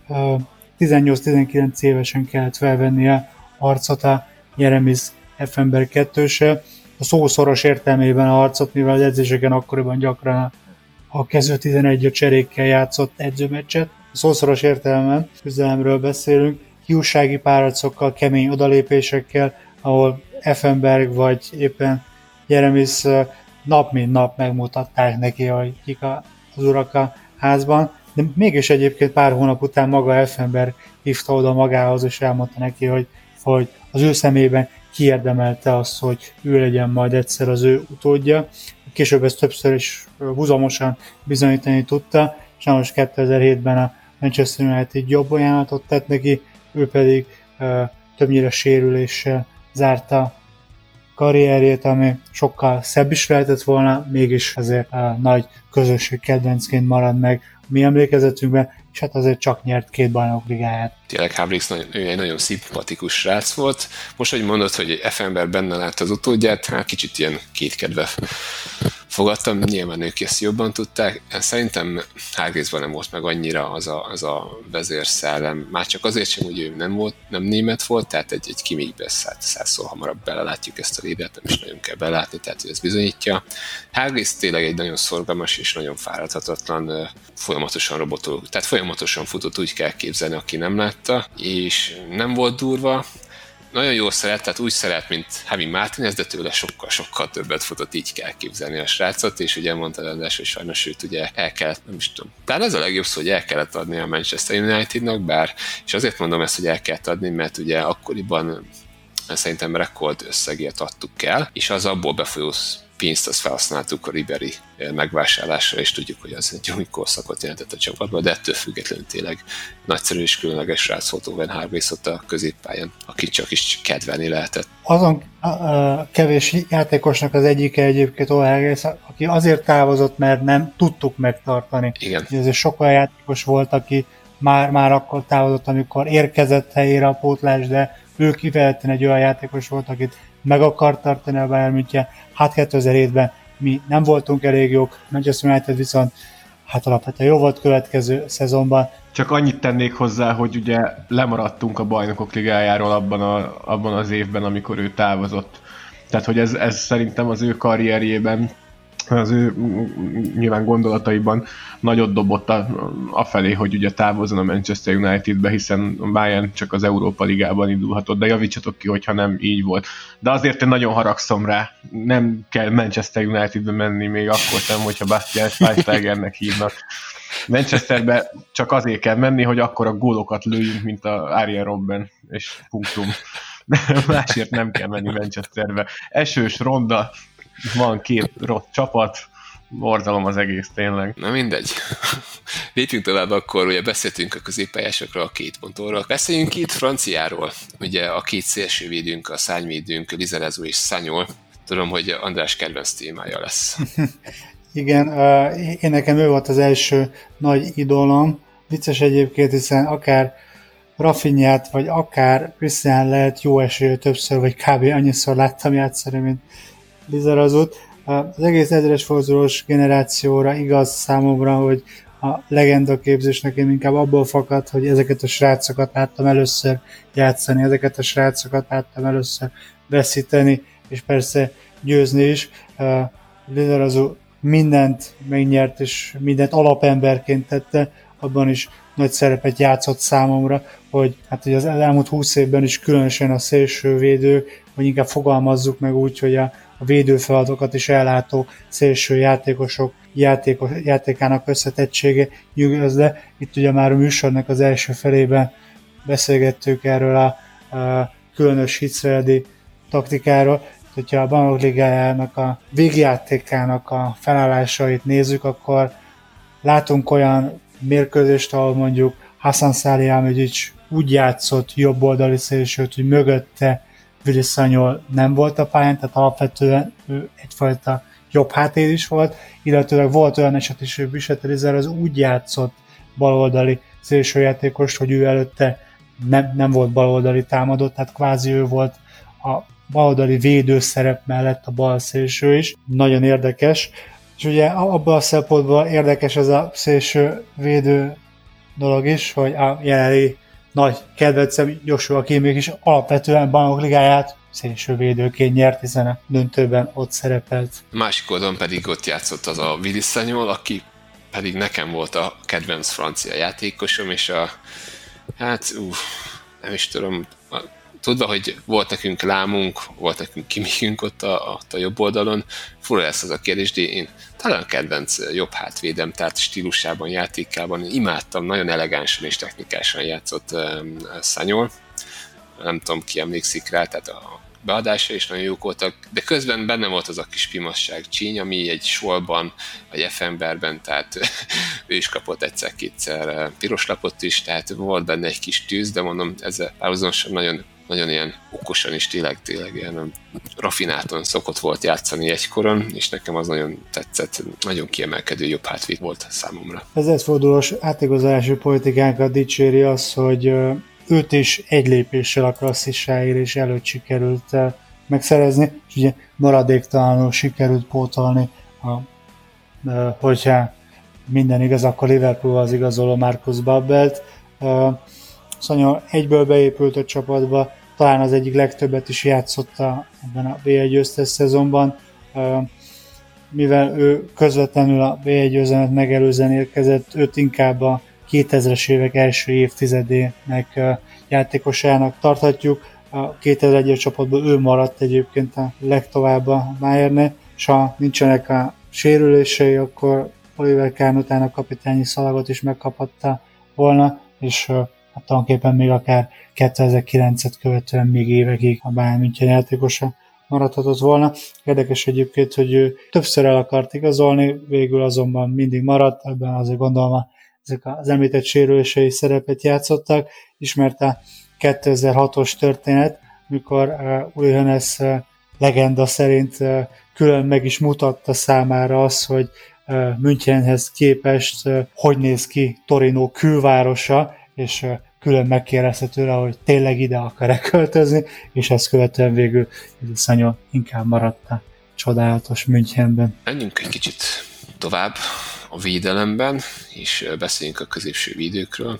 18-19 évesen kellett felvennie a harcot a Jeremis Effenberg 2-se. A szószoros értelmében a harcot, mivel az edzéseken akkoriban gyakran a kezdő 11 cserékkel játszott edzőmeccset. A szószoros értelemben küzdelemről beszélünk, hiúsági párharcokkal, kemény odalépésekkel, ahol Effenberg vagy éppen Jeremis nap mint nap megmutatták neki, hogy kik az urak a házban. De mégis egyébként pár hónap után maga Effenberg hívta oda magához, és elmondta neki, hogy az ő szemében kiérdemelte azt, hogy ő legyen majd egyszer az ő utódja. Később ezt többször is húzamosan bizonyítani tudta, és most 2007-ben a Manchester United jobb ajánlatot tett neki, ő pedig többnyire sérüléssel zárta karrierjét, ami sokkal szebb is lehetett volna, mégis azért a nagy közösség kedvencként marad meg a mi emlékezetünkben, és hát azért csak nyert 2 bajnokligáját. Tényleg Hargreaves egy nagyon szimpatikus srác volt. Most, hogy mondod, hogy Effenberg benne látta az utódját, hát kicsit ilyen kétkedve fogadtam, nyilván ők ezt jobban tudták. Szerintem Hargreavesban nem volt meg annyira az a vezérszellem, már csak azért sem, hogy ő nem német volt, tehát egy Kimmich-be 100-szor hamarabb belelátjuk ezt a védelt, nem is nagyon kell belátni, tehát ő ezt bizonyítja. Hargreaves tényleg egy nagyon szorgalmas és nagyon fáradhatatlan, folyamatosan robotol, tehát folyamatosan futott, úgy kell képzelni, aki nem látta, és nem volt durva, nagyon jól szeret, tehát úgy szeret, mint Javi Martinez, de tőle sokkal többet futott, így kell képzelni a srácot, és ugye mondta András, hogy sajnos őt ugye el kellett, nem is tudom, talán ez a legjobb szó, hogy el kellett adni a Manchester Unitednak, bár, és azért mondom ezt, hogy el kellett adni, mert ugye akkoriban szerintem rekord összegért adtuk el, és az abból befolyó pénzt azt felhasználtuk a Ribéry megvásárlásra, és tudjuk, hogy az egy új korszakot jelentett a csapatban, de ettől függetlenül tényleg nagyszerű és különleges srác volt Owen Hargreaves ott a középpályán, akit csak is kedvelni lehetett. Azon kevés játékosnak az egyike egyébként Owen Hargreaves, aki azért távozott, mert nem tudtuk megtartani. Igen. Ezért sok olyan játékos volt, aki már akkor távozott, amikor érkezett helyére a pótlás, de ő kifejezetten egy olyan játékos volt, akit meg akart tartani a Bayern München. Hát 2007-ben mi nem voltunk elég jók, Manchester United viszont hát alapvetően jó volt következő szezonban. Csak annyit tennék hozzá, hogy ugye lemaradtunk a Bajnokok Ligájáról abban az évben, amikor ő távozott. Tehát, hogy ez szerintem az ő karrierjében, az ő nyilván gondolataiban nagyot dobott afelé, hogy ugye távozzon a Manchester Unitedbe, hiszen a Bayern csak az Európa Ligában indulhatott, de javítsatok ki, hogyha nem így volt. De azért én nagyon haragszom rá, nem kell Manchester Unitedbe menni még akkor sem, hogyha Bastian Schweinsteigernek hívnak. Manchesterbe csak azért kell menni, hogy akkor a gólokat lőjünk, mint a Arjen Robben, és punktum. Másért nem kell menni Manchesterbe. Esős, ronda, van 2 rossz csapat, borzalom az egész tényleg. Na mindegy. Lépjünk tovább akkor, ugye beszéltünk a középpályásokról, a 2 pontorról. Beszéljünk itt franciáról. Ugye a 2 szélsővédőnk, a szárnyvédőnk, Lizarazu és Sanyol. Tudom, hogy András kedvenc témája lesz. Igen, én nekem ő volt az első nagy idolom. Vicces egyébként, hiszen akár Rafinhát, vagy akár Christian lehet jó esélye többször, vagy kb. Annyiszor láttam játszani, mint Lizarazut. Az egész ezres fordulós generációra igaz számomra, hogy a legendaképzés nekem inkább abból fakad, hogy ezeket a srácokat láttam először játszani, ezeket a srácokat láttam először veszíteni, és persze győzni is. Lizarazu mindent megnyert, és mindent alapemberként tette, abban is nagy szerepet játszott számomra, hogy hát ugye az elmúlt 20 évben is különösen a szélsővédők, vagy inkább fogalmazzuk meg úgy, hogy a védőfeladatokat is ellátó szélső játékosok játékának összetettsége nyugodt le. Itt ugye már a műsornak az első felében beszélgettük erről a különös Hitzfeldi taktikáról. Hogyha a Bajnokok Ligájának a végjátékának a felállásait nézzük, akkor látunk olyan mérkőzést, ahol mondjuk Hasan Salihamidzic úgy játszott jobboldali szélsőt, hogy mögötte Willy Sagnol nem volt a pályán, tehát alapvetően ő egyfajta jobb hátvéd is volt, illetőleg volt olyan eset is, hogy Bichette Rizer az úgy játszott baloldali szélsőjátékos, hogy ő előtte nem volt baloldali támadó, tehát kvázi ő volt a baloldali védőszerep mellett a bal szélső is. Nagyon érdekes. És ugye abban a szempontból érdekes ez a szélső védő dolog is, hogy a jelenlegi nagy kedvencem Joshua Kimmich is alapvetően Bajnokok Ligáját szélsővédőként nyert, hiszen a döntőben ott szerepelt. A másik oldalon pedig ott játszott az a Willy Sagnol, aki pedig nekem volt a kedvenc francia játékosom, és nem is tudom, tudva, hogy volt nekünk Lámunk, volt nekünk Kimmichünk ott a jobb oldalon, fura lesz az a kérdés, de én talán kedvenc jobb hátvédem, tehát stílusában, játékában imádtam, nagyon elegánsan és technikásan játszott Sagnol. Nem tudom, ki emlékszik rá, tehát a beadása is nagyon jók voltak, de közben benne volt az a kis pimasság csíny, ami egy Solban, vagy Effenberben, tehát ő is kapott egyszer-kétszer piros lapot is, tehát volt benne egy kis tűz, de mondom, ezzel párhuzamosan nagyon, nagyon ilyen okosan is tényleg ilyen rafináltan szokott volt játszani egykoron, és nekem az nagyon tetszett, nagyon kiemelkedő jobb hátvéd volt számomra. Az ezfordulós átigazolási politikánkat dicséri az, hogy őt is egy lépéssel a klasszisáért és előtt sikerült megszerezni, és ugye maradéktalanul sikerült pótolni, hogyha minden igaz, akkor Liverpool az igazoló Marcus Babbelt. Szóval egyből beépült a csapatba, talán az egyik legtöbbet is játszott ebben a B1 győztes szezonban, mivel ő közvetlenül a B1 győzelmet megelőzően érkezett, őt inkább a 2000-es évek első évtizedének játékosának tarthatjuk. A 2001-es csapatban ő maradt egyébként a legtovább a Bayernnél, és ha nincsenek a sérülései, akkor Oliver Kahn után a kapitányi szalagot is megkaphatta volna, és hát tulajdonképpen még akár 2009-et követően még évekig a Bayern München játékosa maradhatott volna. Érdekes egyébként, hogy ő többször el akart igazolni, végül azonban mindig maradt, ebben azért gondolom ezek az említett sérülései szerepet játszottak. Ismert a 2006-os történet, mikor Uli Hoeneß legenda szerint külön meg is mutatta számára az, hogy Münchenhez képest hogy néz ki Torino külvárosa, és külön megkérdezte tőle, hogy tényleg ide akar-e költözni, és ezt követően végül Sagnol inkább maradt a csodálatos Münchenben. Menjünk egy kicsit tovább a védelemben, és beszéljünk a középső védőkről.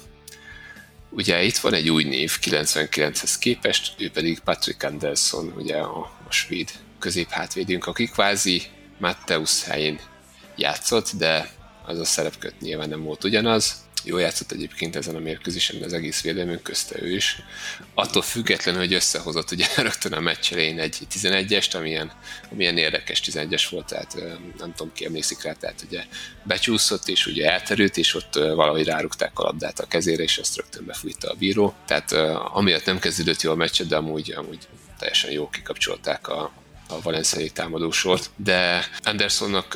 Ugye itt van egy új név 99-hez képest, ő pedig Patrick Andersson, ugye a svéd középhátvédünk, aki kvázi Matthäus helyén játszott, de az a szerepkör nyilván nem volt ugyanaz. Jól játszott egyébként ezen a mérkőzésen, az egész védelmünk közte ő is. Attól függetlenül, hogy összehozott ugye rögtön a meccs elején egy 11-est, amilyen érdekes 11-es volt, tehát nem tudom, ki emlékszik rá, tehát ugye becsúszott és ugye elterült, és ott valahogy rárugták a labdát a kezére, és ezt rögtön befújta a bíró. Tehát amiatt nem kezdődött jól a meccset, de amúgy teljesen jól kikapcsolták a valenciai támadósort. De Andersonnak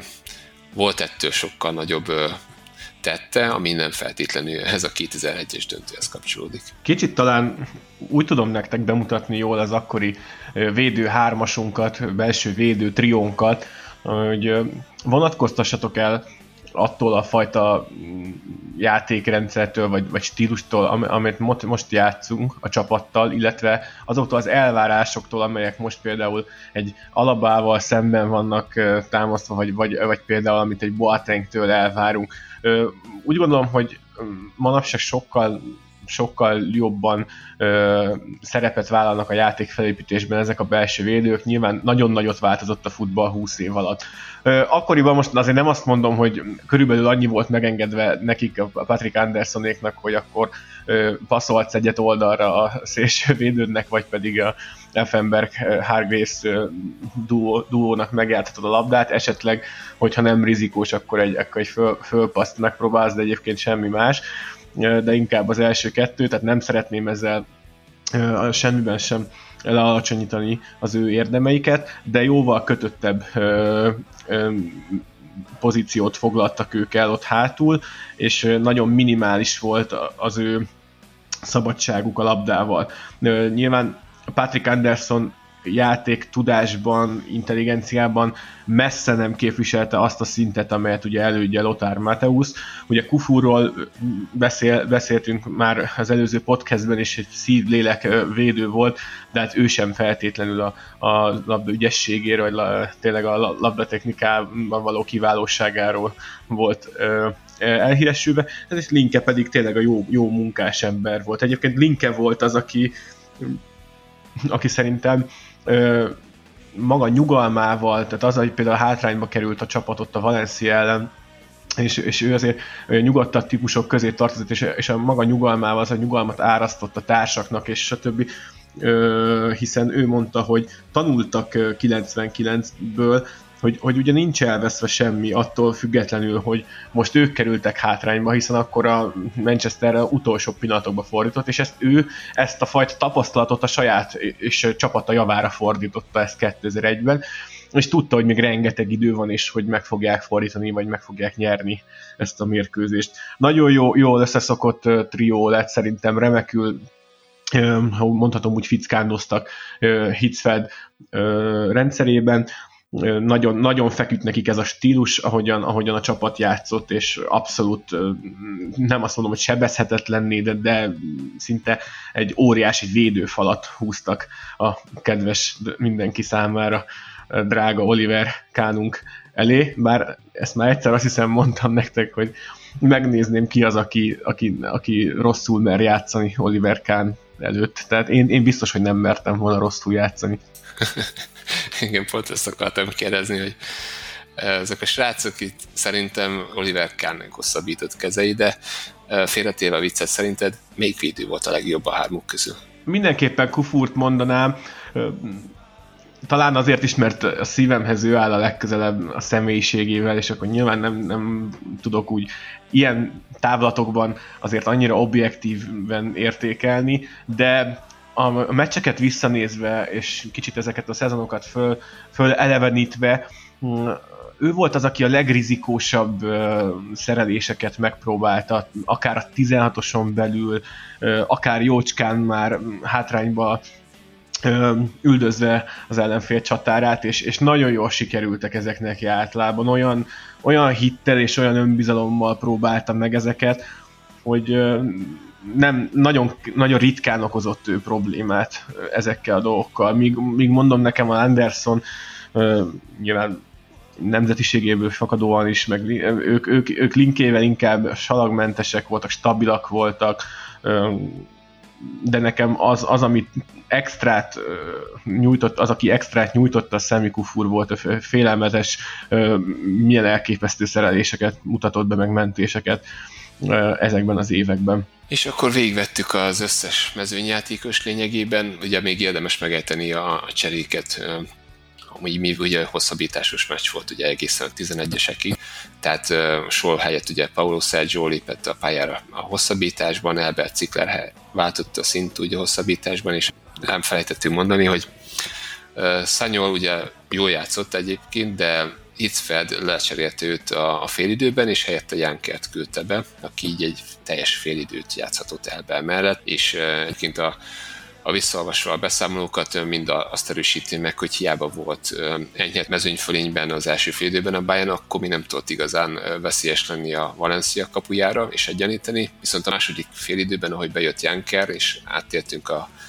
volt ettől sokkal nagyobb tette, ami nem feltétlenül ez a 2001-es döntőhez kapcsolódik. Kicsit talán úgy tudom nektek bemutatni jól az akkori védő hármasunkat, belső védő triónkat, hogy vonatkoztassatok el attól a fajta játékrendszertől, vagy stílustól, amit most játszunk a csapattal, illetve azoktól az elvárásoktól, amelyek most például egy Alabával szemben vannak támasztva, vagy például amit egy Boatengtől elvárunk. Úgy gondolom, hogy manapság sokkal sokkal jobban szerepet vállalnak a játékfelépítésben ezek a belső védők. Nyilván nagyon nagyot változott a futball 20 év alatt. Akkoriban most azért nem azt mondom, hogy körülbelül annyi volt megengedve nekik a Patrick Andersonéknak, hogy akkor passzolhatsz egyet oldalra a szélső védődnek, vagy pedig a Effenberg-Hargreaves duónak megjátszhatod a labdát, esetleg, hogyha nem rizikós, akkor egy fölpaszt megpróbálsz, de egyébként semmi más, de inkább az első kettő, tehát nem szeretném ezzel semmiben sem elalacsonyítani az ő érdemeiket, de jóval kötöttebb pozíciót foglaltak ők el ott hátul, és nagyon minimális volt az ő szabadságuk a labdával. Nyilván Patrick Anderson játék tudásban, intelligenciában messze nem képviselte azt a szintet, amelyet ugye elődje Lothar Matthäus. Ugye Kufurról beszéltünk már az előző podcastben, és egy szívlélek védő volt, de hát ő sem feltétlenül a labda ügyességéről, vagy tényleg a labdatechnikában való kiválóságáról volt elhíresülve. Ez Linke pedig tényleg a jó munkás ember volt. Egyébként Linke volt az, aki szerintem maga nyugalmával, tehát az, hogy például hátrányba került a csapatot a Valencia ellen, és ő azért nyugodtabb típusok közé tartozott, és a maga nyugalmával az a nyugalmat árasztott a társaknak, és stb. Hiszen ő mondta, hogy tanultak 99-ből, hogy ugye nincs elveszve semmi attól függetlenül, hogy most ők kerültek hátrányba, hiszen akkor a Manchesterre utolsó pillanatokba fordított, és ezt a fajta tapasztalatot a saját és csapata javára fordította ezt 2001-ben, és tudta, hogy még rengeteg idő van, és hogy meg fogják fordítani, vagy meg fogják nyerni ezt a mérkőzést. Nagyon jól összeszokott trió lett, szerintem remekül, ha mondhatom úgy, fickándoztak Hitzfeld rendszerében. Nagyon, nagyon feküdt nekik ez a stílus, ahogyan a csapat játszott, és abszolút nem azt mondom, hogy sebezhetetlenné, de szinte egy óriási védőfalat húztak a kedves mindenki számára drága Oliver Kahnunk elé, bár ezt már egyszer azt hiszem mondtam nektek, hogy megnézném ki az, aki rosszul mer játszani Oliver Kahn előtt. Tehát én biztos, hogy nem mertem volna rosszul játszani. Igen, pont ezt akartam kérdezni, hogy ezek a srácok itt szerintem Oliver Kahnnek hosszabbított kezei, de félretéve a viccet, szerinted melyik védő volt a legjobb a hármuk közül? Mindenképpen Kufurt mondanám, talán azért is, mert a szívemhez ő áll a legközelebb a személyiségével, és akkor nyilván nem tudok úgy ilyen távlatokban azért annyira objektíven értékelni, de a meccseket visszanézve, és kicsit ezeket a szezonokat föl elevenítve, ő volt az, aki a legrizikósabb szereléseket megpróbálta, akár a 16-oson belül, akár jócskán már hátrányba üldözve az ellenfél csatárát, és nagyon jól sikerültek ezek neki általában. Olyan hittel és olyan önbizalommal próbáltam meg ezeket, hogy nem, nagyon, nagyon ritkán okozott ő problémát ezekkel a dolgokkal. Míg mondom nekem a Anderson nyilván nemzetiségéből fakadóan is, meg ők Linkével inkább salagmentesek voltak, stabilak voltak, de nekem az amit extrát nyújtott, az, aki extrát nyújtott, a Sami Kufur volt, a félelmetes, milyen elképesztő szereléseket mutatott be, meg mentéseket ezekben az években. És akkor végigvettük az összes mezőnyjátékos lényegében, ugye még érdemes megejteni a cseréket, ami ugye hosszabbításos meccs volt, ugye egészen 11-esekig, tehát Scholl helyett ugye Paulo Sergio lépett a pályára a hosszabbításban, Albert Zickler váltotta a szint ugye hosszabbításban, és nem felejtettük mondani, hogy Sanyol ugye jól játszott egyébként, de Hitzfeld lecserélte őt a félidőben, és helyette Jankert küldte be, aki így egy teljes félidőt játszhatott Elber mellett, és egyébként a visszaolvasva a beszámolókat mind azt erősíti meg, hogy hiába volt enyhe mezőnyfölényben az első félidőben a Bayern, akkor mi nem tudott igazán veszélyes lenni a Valencia kapujára és egyenlíteni, viszont a második félidőben, ahogy bejött Janker, és áttértünk a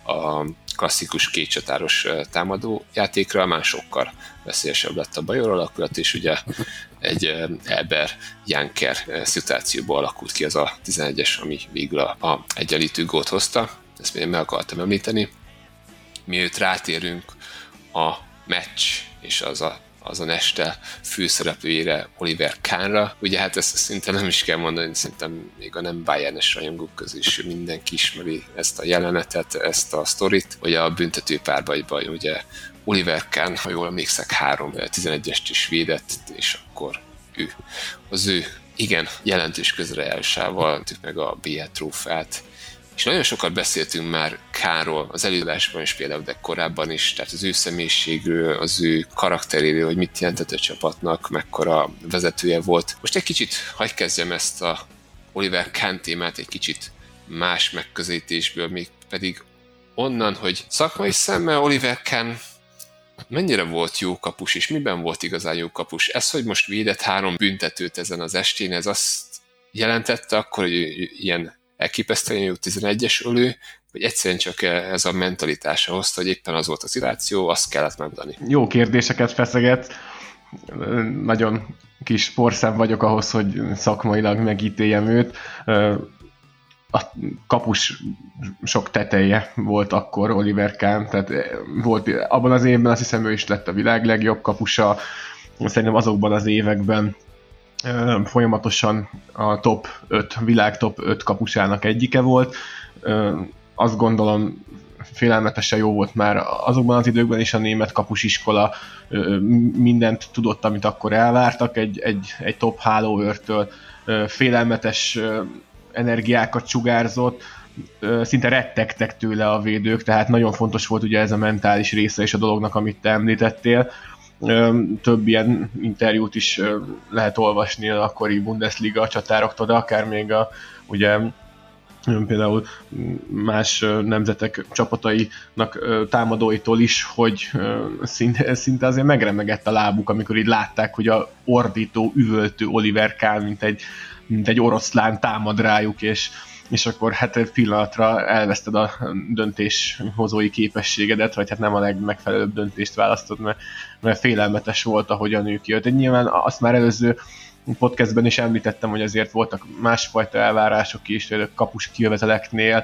a klasszikus kétcsatáros támadó játékra, már sokkal veszélyesebb lett a bajor alakulat, és ugye egy Elber-Janker szituációból alakult ki az a 11-es, ami végül a egyenlítő gólt hozta. Ezt még meg akartam említeni. Mielőtt rátérünk a meccs és azon este főszereplőjére, Oliver Kahnra. Ugye hát ezt szinte nem is kell mondani, szerintem még a nem Bayern-es rajongók közül is mindenki ismeri ezt a jelenetet, ezt a sztorit, hogy a büntető párbajban ugye Oliver Kahn, ha jól emlékszek, 3 11-est is védett, és akkor az ő igen jelentős közrejárásával meg a BL trófeát. És nagyon sokat beszéltünk már Kahnról az előadásban is például, de korábban is, tehát az ő személyiségről, az ő karakteréről, hogy mit jelentett a csapatnak, mekkora vezetője volt. Most egy kicsit hadd kezdjem ezt a Oliver Kahn témát egy kicsit más megközelítésből, még pedig onnan, hogy szakmai szemmel Oliver Kahn mennyire volt jó kapus, és miben volt igazán jó kapus? Ez, hogy most védett 3 büntetőt ezen az estén, ez azt jelentette akkor, hogy ilyen elképesztően jó 11-es ölő, vagy egyszerűen csak ez a mentalitása hozta, hogy éppen az volt az irráció, azt kellett megdani. Jó kérdéseket feszeget. Nagyon kis porszem vagyok ahhoz, hogy szakmailag megítéljem őt. A kapus sok teteje volt akkor Oliver Kahn, tehát volt abban az évben, azt hiszem ő is lett a világ legjobb kapusa. Szerintem azokban az években folyamatosan a világ top 5 kapusának egyike volt. Azt gondolom, félelmetesen jó volt már azokban az időkben is a német kapusiskola, mindent tudott, amit akkor elvártak egy top hálóőrtől, félelmetes energiákat sugárzott, szinte rettegtek tőle a védők, tehát nagyon fontos volt ugye ez a mentális része is a dolognak, amit te említettél. Több ilyen interjút is lehet olvasni az akkori Bundesliga csatároktól, de akár még ugye például más nemzetek csapatainak támadóitól is, hogy szinte azért megremegett a lábuk, amikor így látták, hogy a ordító, üvöltő Oliver Kahn, mint egy oroszlán támad rájuk, és akkor hát egy pillanatra elveszted a döntéshozói képességedet, vagy hát nem a legmegfelelőbb döntést választod, mert félelmetes volt, ahogyan ő kijött. Nyilván azt már előző podcastben is említettem, hogy azért voltak másfajta elvárások is, a kapus kijöveteleknél.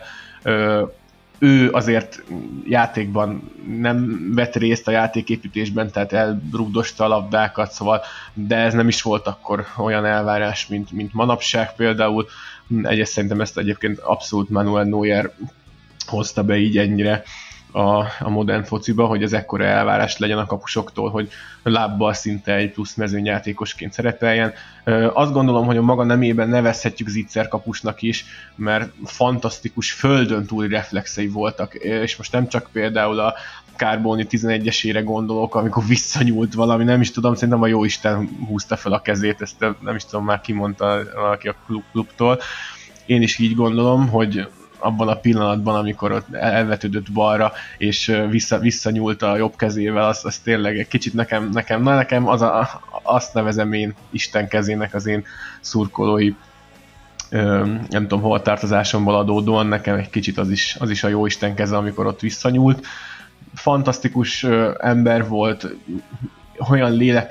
Ő azért játékban nem vett részt a játéképítésben, tehát elrugdosta a labdákat, szóval, de ez nem is volt akkor olyan elvárás, mint manapság például. Egyrészt szerintem ezt egyébként abszolút Manuel Neuer hozta be így ennyire a modern fociba, hogy az ekkora elvárás legyen a kapusoktól, hogy lábbal szinte egy plusz mezőnyjátékosként szerepeljen. Azt gondolom, hogy a maga nemében nevezhetjük Zicser kapusnak is, mert fantasztikus földön túli reflexei voltak, és most nem csak például a Carboni 11-esére gondolok, amikor visszanyúlt valami, nem is tudom, szerintem a jóisten húzta fel a kezét, ezt nem is tudom, már kimondta valaki a klubtól. Én is így gondolom, hogy abban a pillanatban, amikor ott elvetődött balra, és visszanyúlt a jobb kezével, az tényleg egy kicsit nekem azt nevezem én Isten kezének az én szurkolói nem tudom, hovatartozásomból adódóan, nekem egy kicsit az is a jó Isten keze, amikor ott visszanyúlt. Fantasztikus ember volt, olyan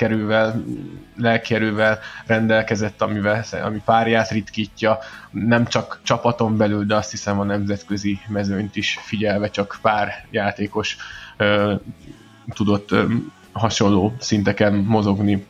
lelkierővel rendelkezett, ami párját ritkítja, nem csak csapaton belül, de azt hiszem a nemzetközi mezőnyt is figyelve csak pár játékos tudott hasonló szinteken mozogni.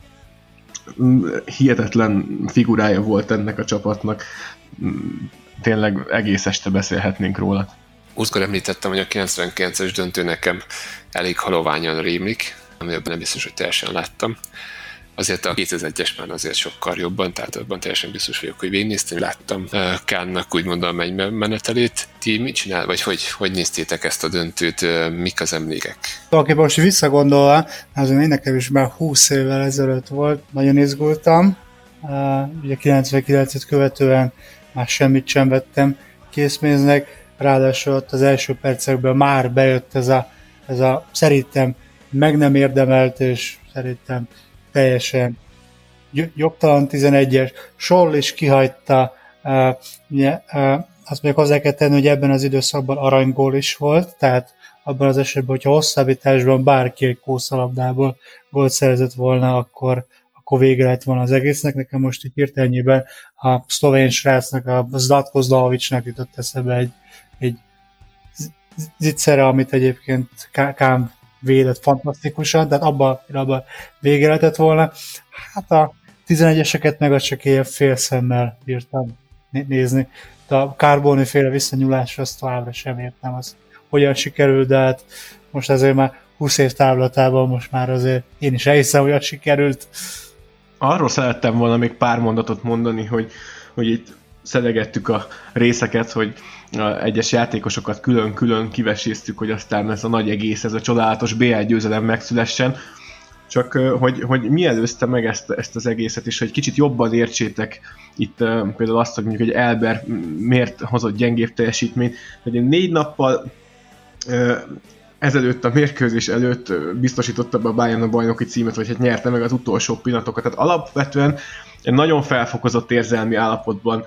Hihetetlen figurája volt ennek a csapatnak, tényleg egész este beszélhetnénk róla. Úszkor említettem, hogy a 99-es döntő nekem elég haloványan rémlik, amiben nem biztos, hogy teljesen láttam. Azért a 2001-es már azért sokkal jobban, tehát abban teljesen biztos vagyok, hogy végignéztem, láttam Kahnnak úgymond a mennymenetelét. Ti mit csinál, vagy hogy néztétek ezt a döntőt, mik az emlékek? Aki most visszagondolva, azért én nekem is már 20 évvel ezelőtt volt, nagyon izgultam. Ugye 99-et követően már semmit sem vettem készpénznek, ráadásul ott az első percekben már bejött ez a szerintem meg nem érdemelt, és szerintem teljesen jogtalan 11-es. Scholl is kihagyta, azt még hozzá kell tenni, hogy ebben az időszakban aranygól is volt, tehát abban az esetben, hogyha hosszabbításban bárki egy kószalabdából gólt szerzett volna, akkor vége lett volna az egésznek. Nekem most így hirtelenjében a szlovén srácnak, a Zlatko Zlahovicsnak jutott eszebe egy zicsere, amit egyébként Kám védett fantasztikusan, tehát abba vége lehetett volna. Hát a 11-eseket meg csak ilyen félszemmel bírtam nézni. De a Carboni féle visszanyúlásra azt továbbra sem értem, az hogyan sikerül, de hát most azért már 20 év távlatában most már azért én is elhiszem, hogy az sikerült. Arról szerettem volna még pár mondatot mondani, hogy itt szedegettük a részeket, hogy egyes játékosokat külön-külön kiveséztük, hogy aztán ez a nagy egész, ez a csodálatos BL győzelem megszülessen. Csak hogy mi előzte meg ezt az egészet, és hogy kicsit jobban értsétek itt például azt, hogy mondjuk, hogy Elber miért hozott gyengébb teljesítményt, hogy 4 nappal ezelőtt, a mérkőzés előtt biztosította be a Bayern a bajnoki címet, vagy hát nyerte meg az utolsó pillanatokat. Tehát alapvetően egy nagyon felfokozott érzelmi állapotban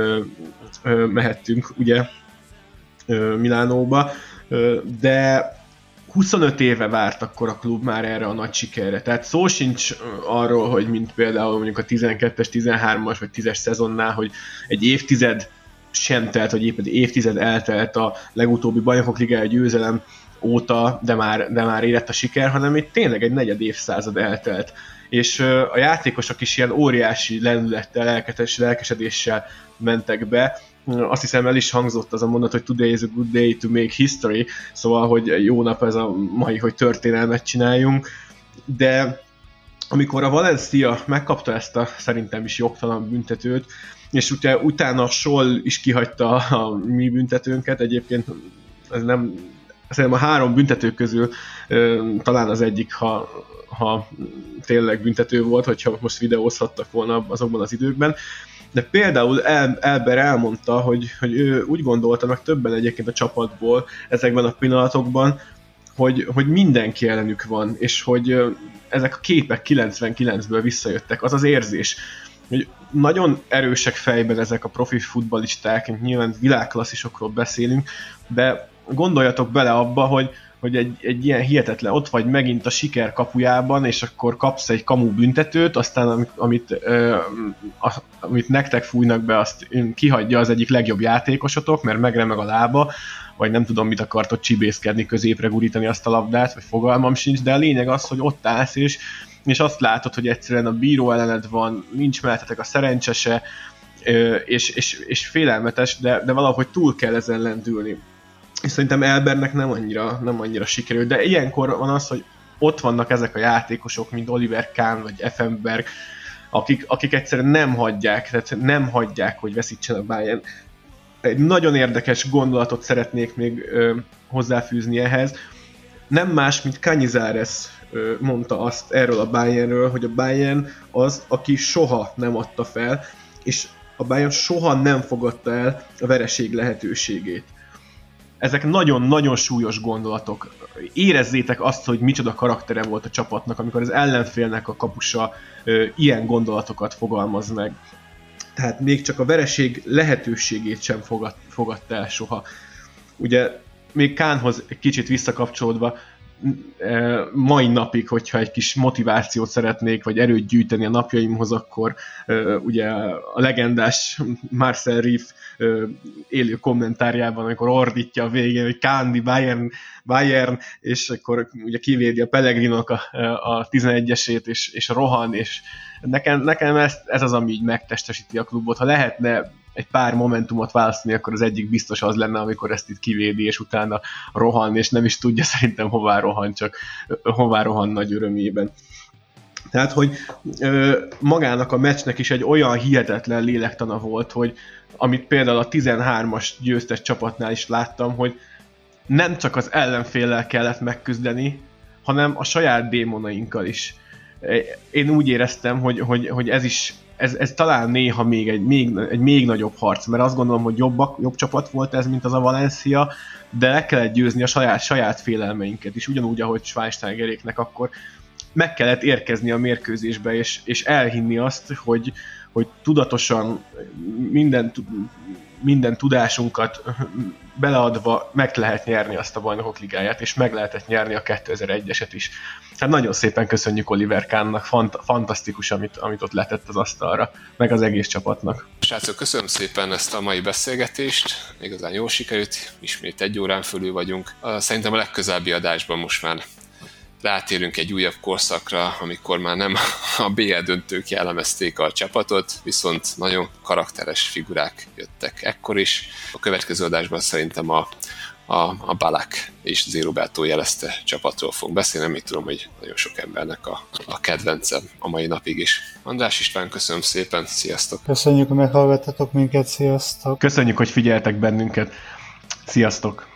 mehettünk, ugye, Milánóba, de 25 éve várt akkor a klub már erre a nagy sikerre. Tehát szó sincs arról, hogy mint például mondjuk a 12-es, 13-as vagy 10-es szezonnál, hogy egy évtized sem telt, vagy épp egy évtized eltelt a legutóbbi Bajnokok Ligája győzelem óta, de már érett a siker, hanem itt tényleg egy negyed évszázad eltelt. És a játékosok is ilyen óriási lendülettel, lelkesedéssel mentek be. Azt hiszem, el is hangzott az a mondat, hogy today is a good day to make history, szóval, hogy jó nap ez a mai, hogy történelmet csináljunk. De amikor a Valencia megkapta ezt a szerintem is jogtalan büntetőt, és utána Scholl is kihagyta a mi büntetőnket, egyébként ez nem, szerintem a 3 büntető közül talán az egyik, ha tényleg büntető volt, hogyha most videózhattak volna azokban az időkben. De például Elber elmondta, hogy ő úgy gondolta, meg többen egyébként a csapatból ezekben a pillanatokban, hogy mindenki ellenük van, és hogy ezek a képek 99-ből visszajöttek. Az az érzés, hogy nagyon erősek fejben ezek a profi futballisták, nyilván világklasszisokról beszélünk, de gondoljatok bele abba, hogy egy ilyen hihetetlen, ott vagy megint a siker kapujában, és akkor kapsz egy kamu büntetőt, aztán amit nektek fújnak be, azt kihagyja az egyik legjobb játékosotok, mert megremeg a lába, vagy nem tudom, mit akartott csibészkedni, középre gurítani azt a labdát, vagy fogalmam sincs, de a lényeg az, hogy ott állsz, és azt látod, hogy egyszerűen a bíró ellened van, nincs mellettetek a szerencse se, és félelmetes, de valahogy túl kell ezen lendülni. És szerintem Elbernek nem annyira sikerül, de ilyenkor van az, hogy ott vannak ezek a játékosok, mint Oliver Kahn vagy Effenberg, akik egyszerűen nem hagyják, hogy veszítsen a Bayern. Egy nagyon érdekes gondolatot szeretnék még hozzáfűzni ehhez. Nem más, mint Cañizares mondta azt erről a Bayernről, hogy a Bayern az, aki soha nem adta fel, és a Bayern soha nem fogadta el a vereség lehetőségét. Ezek nagyon-nagyon súlyos gondolatok. Érezzétek azt, hogy micsoda karaktere volt a csapatnak, amikor az ellenfélnek a kapusa ilyen gondolatokat fogalmaz meg. Tehát még csak a vereség lehetőségét sem fogadta el soha. Ugye még Kahnhoz egy kicsit visszakapcsolódva, mai napig, hogyha egy kis motivációt szeretnék, vagy erőt gyűjteni a napjaimhoz, akkor ugye a legendás Marcel Riff élő kommentárjában, amikor ordítja a végén, hogy Kahn, Bayern, és akkor ugye kivédi a Pellegrinónak a 11-esét, és rohan, és nekem ez az, ami így megtestesíti a klubot. Ha lehetne egy pár momentumot választani, akkor az egyik biztos az lenne, amikor ezt itt kivédi, és utána rohan, és nem is tudja szerintem hová rohan, csak hová rohan nagy örömében. Tehát, hogy magának a meccsnek is egy olyan hihetetlen lélektana volt, hogy amit például a 13-as győztes csapatnál is láttam, hogy nem csak az ellenféllel kellett megküzdeni, hanem a saját démonainkkal is. Én úgy éreztem, hogy ez talán néha még egy még nagyobb harc, mert azt gondolom, hogy jobb csapat volt ez, mint az a Valencia, de le kellett győzni a saját félelmeinket is, ugyanúgy, ahogy Schweinsteigeréknek akkor meg kellett érkezni a mérkőzésbe, és elhinni azt, hogy tudatosan minden tudásunkat beleadva meg lehet nyerni azt a Bajnokok Ligáját, és meg lehetett nyerni a 2001-eset is. Hát nagyon szépen köszönjük Oliver Kahnnak, fantasztikus, amit ott letett az asztalra, meg az egész csapatnak. Srácok, köszönöm szépen ezt a mai beszélgetést, igazán jól sikerült, ismét 1 órán fölül vagyunk. Szerintem a legközelebbi adásban most már rátérünk egy újabb korszakra, amikor már nem a BL döntők jellemezték a csapatot, viszont nagyon karakteres figurák jöttek ekkor is. A következő adásban szerintem a Balak és Zé-Roberto jelezte csapatról fog beszélni, még tudom, hogy nagyon sok embernek a kedvencem a mai napig is. András István, köszönöm szépen, sziasztok! Köszönjük, hogy meghallgattatok minket, sziasztok! Köszönjük, hogy figyeltek bennünket, sziasztok!